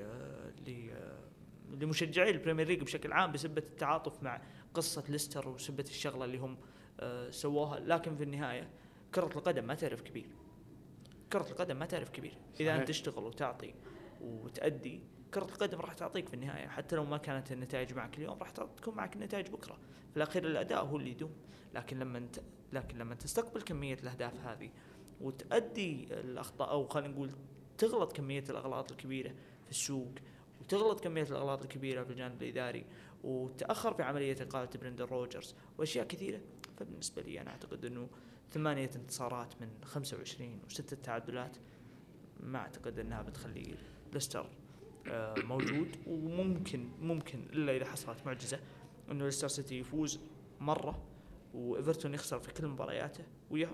آه لمشجعي البريمير ليج بشكل عام بسبة التعاطف مع قصة ليستر وسبة الشغلة اللي هم آه سووها. لكن في النهاية كرة القدم ما تعرف كبير، كرة القدم ما تعرف كبير. إذا أنت تشتغل وتعطي وتأدي كرة القدم راح تعطيك في النهاية، حتى لو ما كانت النتائج معك اليوم راح تكون معك النتائج بكرة. في الأخير الأداء هو اللي يدوم. لكن لما انت لكن لما تستقبل كمية الأهداف هذه وتؤدي الأخطاء أو خلينا نقول تغلط كمية الأغلاط الكبيرة في السوق وتغلط كمية الأغلاط الكبيرة في الجانب الإداري وتأخر في عملية إقالة برندن روجرز وأشياء كثيرة، فبالنسبة لي أنا أعتقد أنه ثمانية انتصارات من خمسة وعشرين وستة تعادلات ما أعتقد أنها بتخلي ليستر موجود. وممكن ممكن إلا إذا حصلت معجزة أنه ليستر سيتي يفوز مرة وإيفرتون يخسر في كل مبارياته ويه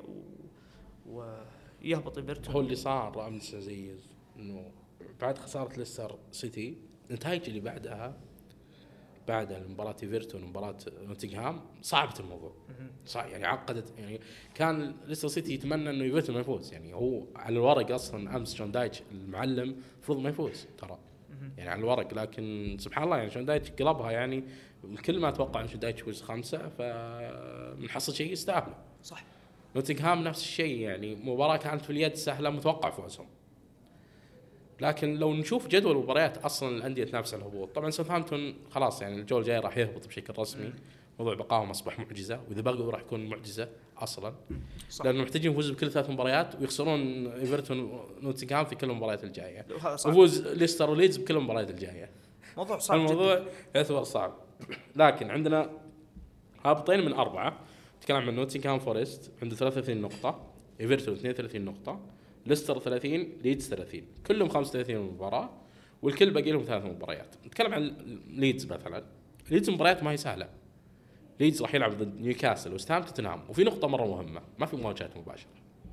ويهبط إيفرتون. هو اللي صار أمس زي إنه بعد خسارة ليستر سيتي النتائج اللي بعدها بعد المباراة إيفرتون ومباراة نوتنغهام صعبت الموضوع، صعب يعني عقدت. يعني كان ليستر سيتي يتمنى إنه إيفرتون ما يفوز، يعني هو على الورق أصلا أمس جون دايتش المعلم المفروض ما يفوز ترى يعني على الورق، لكن سبحان الله يعني جون دايتش قلبها. يعني الكل ما توقع إن جون دايتش يفوز خمسة، فمن حصل شيء يستاهل. صح. نوتنغهام نفس الشيء، يعني مباراة كانت في اليد سهلة متوقع فوزهم. لكن لو نشوف جدول المباريات اصلا الانديه تنافس على الهبوط، طبعا ساوثهامبتون خلاص يعني الجول الجاي راح يهبط بشكل رسمي، موضوع بقائهم اصبح معجزه، واذا بقوا راح يكون معجزه اصلا، لانه محتاجين يفوزوا بكل ثلاث مباريات ويخسرون ايفرتون ونوتنغهام في كل المباريات الجايه، يفوز ليستر وليدز بكل المباريات الجايه. موضوع صعب، الموضوع يعتبر صعب. لكن عندنا هابطين من اربعه، نتكلم عن نوتنغهام فورست عنده ثلاثة وثلاثين نقطه، ايفرتون اثنين وثلاثين نقطه، ليستر ثلاثين، ليدز ثلاثين، كلهم خمسة وثلاثين مباراة، والكل باقي لهم ثلاث مباريات. نتكلم عن ليدز مثلا، ليدز مباريات ما هي سهلة. ليدز راح يلعب ضد نيوكاسل وستام توتنهام، وفي نقطة مرة مهمة، ما في مواجهات مباشرة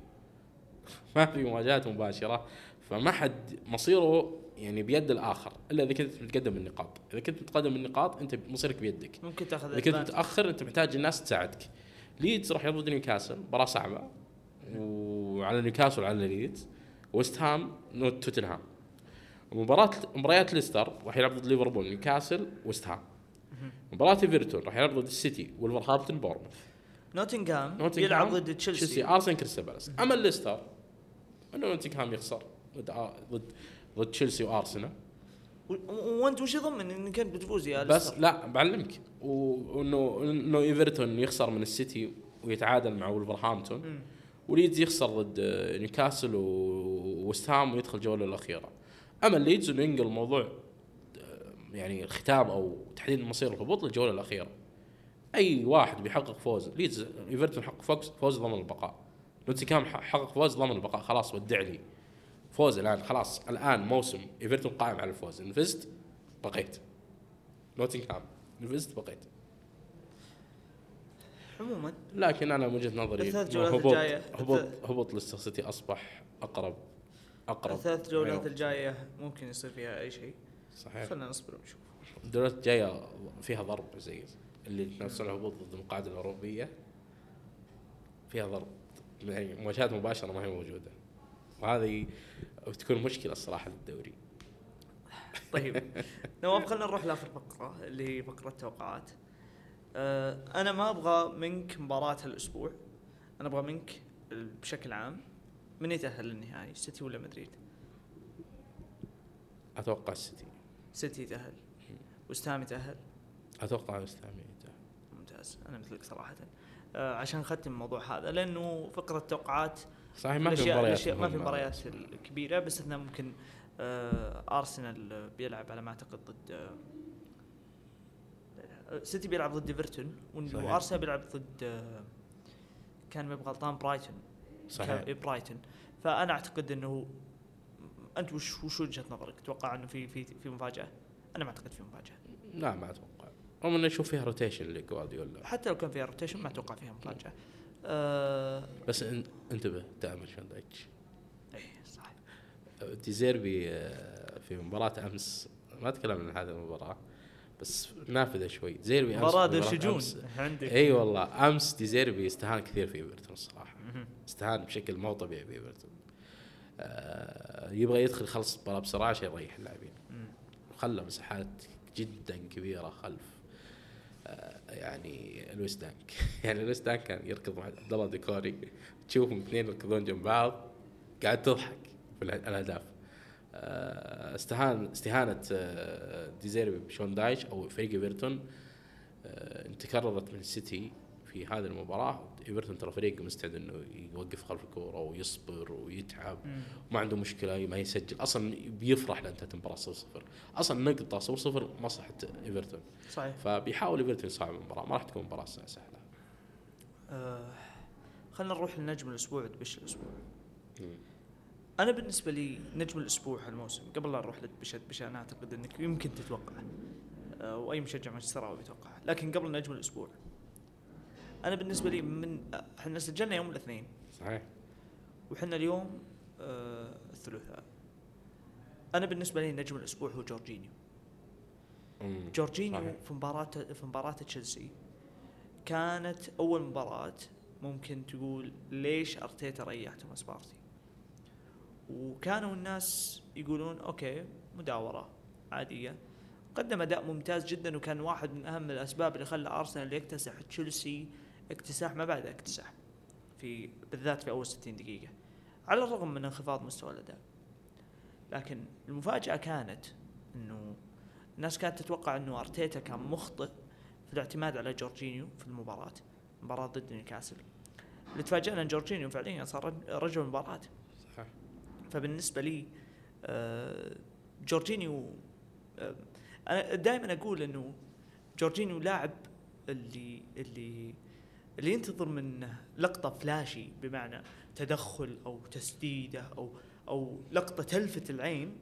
ما في مواجهات مباشرة فما حد مصيره يعني بيد الآخر إلا إذا كنت متقدم بالنقاط. إذا كنت متقدم بالنقاط أنت مصيرك بيدك، ممكن تأخذ. إذا كنت متأخر أنت محتاج الناس تساعدك. ليدز راح يضد نيوكاسل، مباراة صعبة، وعلى نيوكاسل وعلى ليدز، وست هام نوت توتنهام. مباراة مباريات ليستر راح يلعب ضد ليفربول، نيوكاسل، وست هام. مباراة ايفرتون راح يلعب ضد السيتي، وولفرهامبتون، بورنموث. نوتنغهام يلعب ضد تشيلسي، تشيلسي، ارسنال، كريستال بالاس. اما ليستر انه نوتنغهام يخسر ضد ضد ضد تشيلسي وارسنال. وانت وش يضمن ان كنت بتفوز يا بس ليستر؟ لا بعلمك، وانه انه ايفرتون يخسر من السيتي ويتعادل مع ولفرهامبتون، وليدز يخسر ضد نيوكاسل ووستهام ويدخل الجوله الاخيره. اما ليدز انه ينقل الموضوع يعني الختام او تحديد مصير الهبوط للجوله الاخيره. اي واحد بيحقق فوز، ليدز ايفرتون حقق فوز فوز ضمن البقاء، نوتنغهام حقق فوز ضمن البقاء، خلاص ودع لي فوز الان. خلاص الان موسم ايفرتون قائم على الفوز، ان فزت بقيت، نوتنغهام ان فزت بقيت. عموما لكن انا من وجهه نظري هبوط هبوط هبوط ليستر سيتي اصبح اقرب اقرب. الثلاث جولات الجايه ممكن يصير فيها اي شيء. صحيح، خلينا نصبر ونشوف. الجولات الجايه فيها ضرب، زي اللي تنافسون على الهبوط ضد المقاعد الاوروبيه فيها ضرب، يعني مواجهات مباشره ما هي موجوده، وهذه بتكون مشكله الصراحه للدوري. طيب نواف، خلينا نروح لاخر فقره اللي هي فقره توقعات. أه انا ما ابغى منك مباراه هالاسبوع، انا ابغى منك بشكل عام من يتاهل للنهائي، سيتي ولا مدريد؟ اتوقع السيتي. سيتي يتاهل، وستام يتاهل. اتوقع وستام يتاهل. ممتاز، انا مثلك صراحه. أه عشان ختم الموضوع هذا، لانه فقره توقعات صحيح ما في مباريات ما في مباريات كبيره، بس انه ممكن أه ارسنال بيلعب على ما اعتقد ضد أه سيتي بيلعب ضد ايفرتون، وارسنال بيلعب ضد أه كان ما غلطان برايتون. صحيح برايتون. فانا اعتقد انه انت وش وش وجهه نظرك؟ تتوقع انه في في في مفاجاه؟ انا ما اعتقد في مفاجاه. لا ما اتوقع، رغم انه نشوف فيها روتيشن لجوارديولا. حتى لو كان فيها روتيشن ما اتوقع فيها مفاجاه. أه بس انتبه دائما شون دايتش. اي صح. ديزيربي في مباراه امس، ما تكلم عن هذه المباراه بس نافذه شوي. ديزيربي امس مباراه شجون عندك. اي والله امس ديزيربي استهان كثير في ايفرتون الصراحه، استهان بشكل مو طبيعي في ايفرتون. آه يبغى يدخل خلص المباراه بسرعه عشان يريح اللاعبين، وخلى مساحات جدا كبيره خلف آه يعني لويس دانك. يعني لويس دانك كان يركض مع عبد الله ديكوري، تشوفهم اثنين يركضون جنب بعض قاعد تضحك في الاهداف. آه استهان استهانه آه ديزيربي بشون دايتش او فريق ايفرتون آه تكررت من السيتي في هذه المباراة إيفرتون ترى فريق مستعد إنه يوقف خلف الكورة ويصبر ويتعب وما عنده مشكلة ما يسجل أصلا بيفرح لأن تنتهي المباراة صفر صفر أصلا نقطة صفر صفر مصلحة إيفرتون صحيح. فبيحاول إيفرتون يصعب المباراة ما راح تكون مباراة سهلة. أه خلنا نروح لنجم الأسبوع دبش الأسبوع. مم. أنا بالنسبة لي نجم الأسبوع هالموسم قبل لا نروح لدبش دبش أنا أعتقد أنك يمكن تتوقع أه وأي مشجع مانشستر يتوقع لكن قبل نجم الأسبوع أنا بالنسبة لي من إحنا سجلنا يوم الاثنين صحيح وحنا اليوم أه الثلاثاء. أنا بالنسبة لي نجم الأسبوع هو جورجينيو. جورجينيو في مباراة في مباراة تشيلسي كانت أول مباراة ممكن تقول ليش أرتيتا ريح توماس بارتي وكانوا الناس يقولون أوكي مداورة عادية. قدم أداء ممتاز جدا وكان واحد من أهم الأسباب اللي خلى أرسنال يكتسح تشيلسي اكتساح ما بعد اكتساح في بالذات في أول ستين دقيقة على الرغم من انخفاض مستوى الأداء. لكن المفاجأة كانت إنه الناس كانت تتوقع إنه أرتيتا كان مخطئ في الاعتماد على جورجينيو في المباراة مباراة ضد نيوكاسل. اللي تفاجأنا أن جورجينيو فعليا صار رجل المباراة. صح. فبالنسبة لي جورجينيو أنا دائما أقول إنه جورجينيو لاعب اللي اللي اللي ينتظر منه لقطة فلاشي بمعنى تدخل أو تسديدة أو أو لقطة تلفت العين.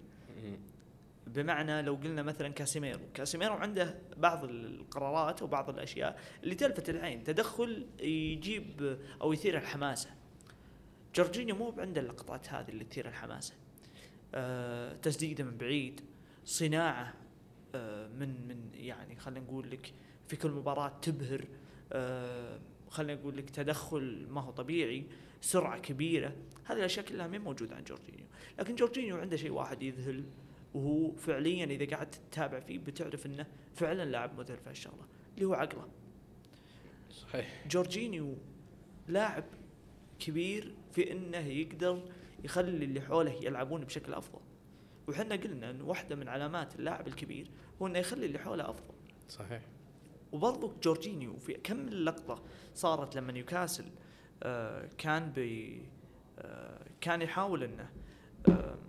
بمعنى لو قلنا مثلا كاسيميرو كاسيميرو عنده بعض القرارات وبعض الأشياء اللي تلفت العين تدخل يجيب أو يثير الحماسة. جورجينيو مو عنده اللقطات هذه اللي تثير الحماسة. أه تسديده من بعيد صناعة أه من من يعني خلينا نقول لك في كل مباراة تبهر. أه خلينا نقول لك تدخل ما هو طبيعي سرعة كبيرة. هذه الأشياء كلها مين موجودة عند جورجينيو. لكن جورجينيو عنده شيء واحد يذهل وهو فعليا إذا قعدت تتابع فيه بتعرف إنه فعلا لاعب مذهل في هالشغلة اللي هو عقله. صحيح. جورجينيو لاعب كبير في إنه يقدر يخلي اللي حوله يلعبون بشكل أفضل. وحنا قلنا إنه واحدة من علامات اللاعب الكبير هو إنه يخلي اللي حوله أفضل. صحيح. وبرضو جورجينيو في كم اللقطة صارت لما نيوكاسل آه كان بي آه كان يحاول إنه آه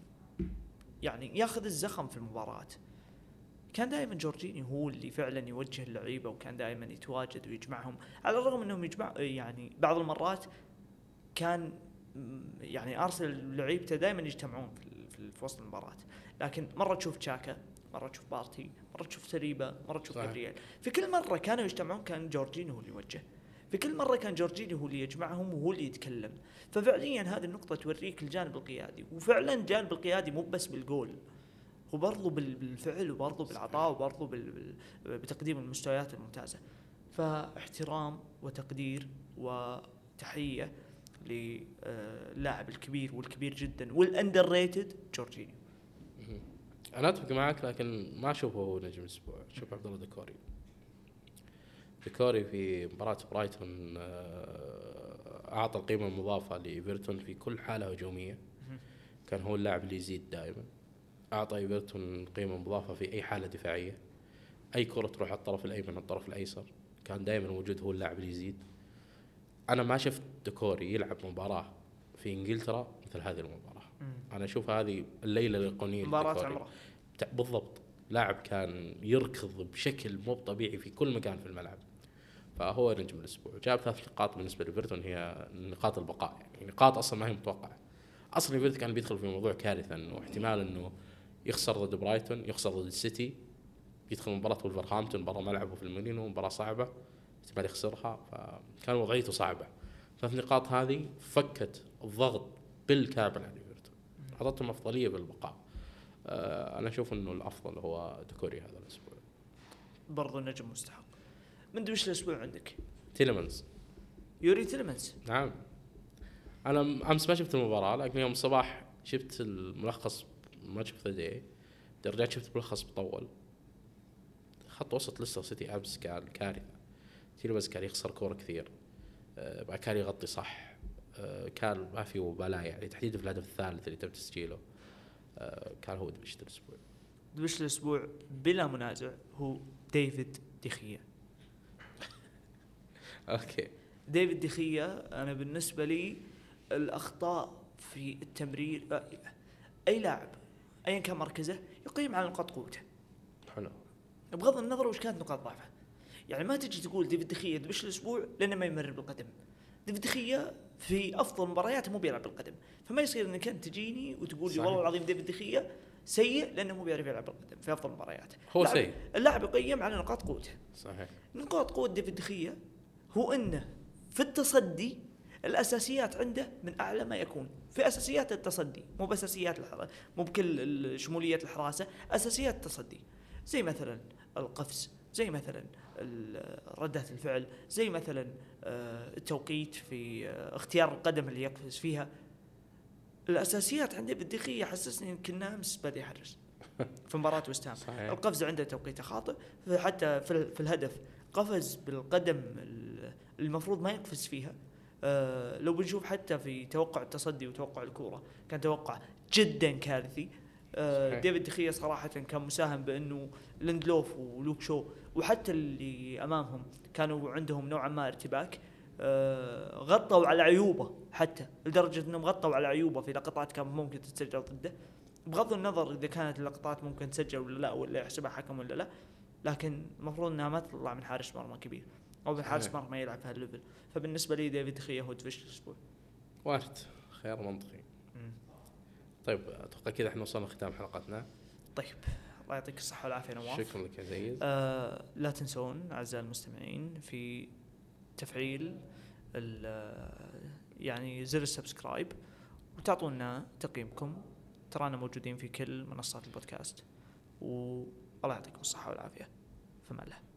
يعني ياخذ الزخم في المباراة. كان دائما جورجينيو هو اللي فعلا يوجه اللعيبة وكان دائما يتواجد ويجمعهم على الرغم انهم يجمع يعني بعض المرات كان يعني ارسنال لعيبته دائما يجتمعون في في وسط المباراة. لكن مرة تشوف تشاكا مرة تشوف بارتي مرة تشوف سريبا مرة تشوف جابرييل في كل مرة كانوا يجتمعون كان جورجينيو هو اللي يوجه. في كل مرة كان جورجينيو هو اللي يجمعهم وهو اللي يتكلم. ففعليا هذه النقطة توريك الجانب القيادي وفعلا الجانب القيادي مو بس بالجول وبرضه بالفعل وبرضه بالعطاء وبرضه بتقديم المستويات الممتازة. فاحترام وتقدير وتحية للاعب الكبير والكبير جدا والاندر ريتد جورجينيو. أنا أتفق معك لكن ما أشوفه هو نجم الأسبوع. شوف عبد الله ديكوري ديكوري في مباراة برايتون أعطى القيمة المضافة لإيفرتون في كل حالة هجومية. كان هو اللاعب اللي يزيد دائما. أعطى إيفرتون قيمة مضافة في أي حالة دفاعية. أي كرة تروح على الطرف الأيمن الطرف الأيسر كان دائما موجود هو اللاعب اللي يزيد. أنا ما شفت ديكوري يلعب مباراة في إنجلترا مثل هذه المباراة. أنا أشوف هذه الليلة الأيقونية مباراة عمره بالضبط. لاعب كان يركض بشكل مو طبيعي في كل مكان في الملعب. فهو نجم الأسبوع. جاب ثلاث نقاط بالنسبة لإيفرتون هي نقاط البقاء يعني نقاط أصلا ما هي متوقعة. أصلا إيفرتون كان بيدخل في موضوع كارثة إنه احتمال إنه يخسر ضد برايتون يخسر ضد السيتي يدخل مباراة ولفرهامبتون برا ملعبه في المولينو مباراة صعبة احتمال يخسرها. فكان وضعيته صعبة. ثلاث نقاط هذه فكت الضغط بالكامل على إيفرتون أعطتهم أفضلية بالبقاء. أه أنا أشوف إنه الأفضل هو ديكوري هذا الأسبوع. برضو النجم مستحق. من دوش الأسبوع عندك تيلمنز يوري تيلمنز. نعم. أنا أمس ما شفت المباراة لكن يوم الصباح شفت الملخص ما شفت ذي رجعت شفت الملخص بطول. خط وسط ليستر سيتي أمس كان كارثة. تيلمنز كان يخسر كورة كثير أه كان يغطي صح أه كان ما في مبالاة يعني تحديدا في الهدف الثالث اللي تم تسجيله. أه كان هو دوش الأسبوع. دوش الأسبوع بلا منازع هو ديفيد ديخيا. اوكي. ديفيد دخيا انا بالنسبه لي الاخطاء في التمرير، اي لاعب ايا كان مركزه يقيم على نقاط قوته. حلو. بغض النظر وش كانت نقاط ضعفه. يعني ما تجي تقول ديفيد دخيا دبش الاسبوع لانه ما يمرر بالقدم. ديفيد دخيا في افضل مبارياته مو بيلعب بالقدم، فما يصير انك انت تجيني وتقول لي والله العظيم ديفيد دخيا سيء لانه مو بيعرف يلعب بالقدم في افضل مبارياته. هو سيء. اللاعب يقيم على نقاط قوته. صحيح. نقاط قوة ديفيد دخيا هو انه في التصدي الاساسيات عنده من اعلى ما يكون، في اساسيات التصدي مو باساسيات الحراسه، مو بكل شموليه الحراسه، اساسيات التصدي زي مثلا القفز، زي مثلا ردة الفعل، زي مثلا التوقيت في اختيار القدم اللي يقفز فيها. الاساسيات عند ديفيد دخيا حسسني يمكن امس بدا يحرز في مباراة وست هام. القفز عنده توقيته خاطئ، حتى في الهدف قفز بالقدم المفروض ما يقفز فيها. أه لو بنشوف حتى في توقع التصدي وتوقع الكورة كان توقع جدا كارثي. أه ديفيد دخيا صراحة كان مساهم بأنه ليندلوف ولوك شو وحتى اللي أمامهم كانوا عندهم نوعا ما ارتباك. أه غطوا على عيوبه حتى لدرجة أنهم غطوا على عيوبه في لقطات كان ممكن تتسجل ضده، بغض النظر إذا كانت اللقطات ممكن تسجل ولا لا، ولا يحسبها حكم ولا لا، لكن المفروض أنها ما تطلع من حارس مرمى كبير أو من حارس مرمى يلعب في هالليفل. فبالنسبة لي ديفيد دخيا هو دفش الأسبوع. وارد، خيار منطقي. مم. طيب أتوقع كذا إحنا وصلنا ختام حلقتنا. طيب الله يعطيك الصحة والعافية نواف. شكرا لك يا زيد. آه لا تنسون أعزائي المستمعين في تفعيل يعني زر السبسكرايب وتعطونا تقييمكم. ترانا موجودين في كل منصات البودكاست، والله يعطيكم الصحة والعافية. فما الله.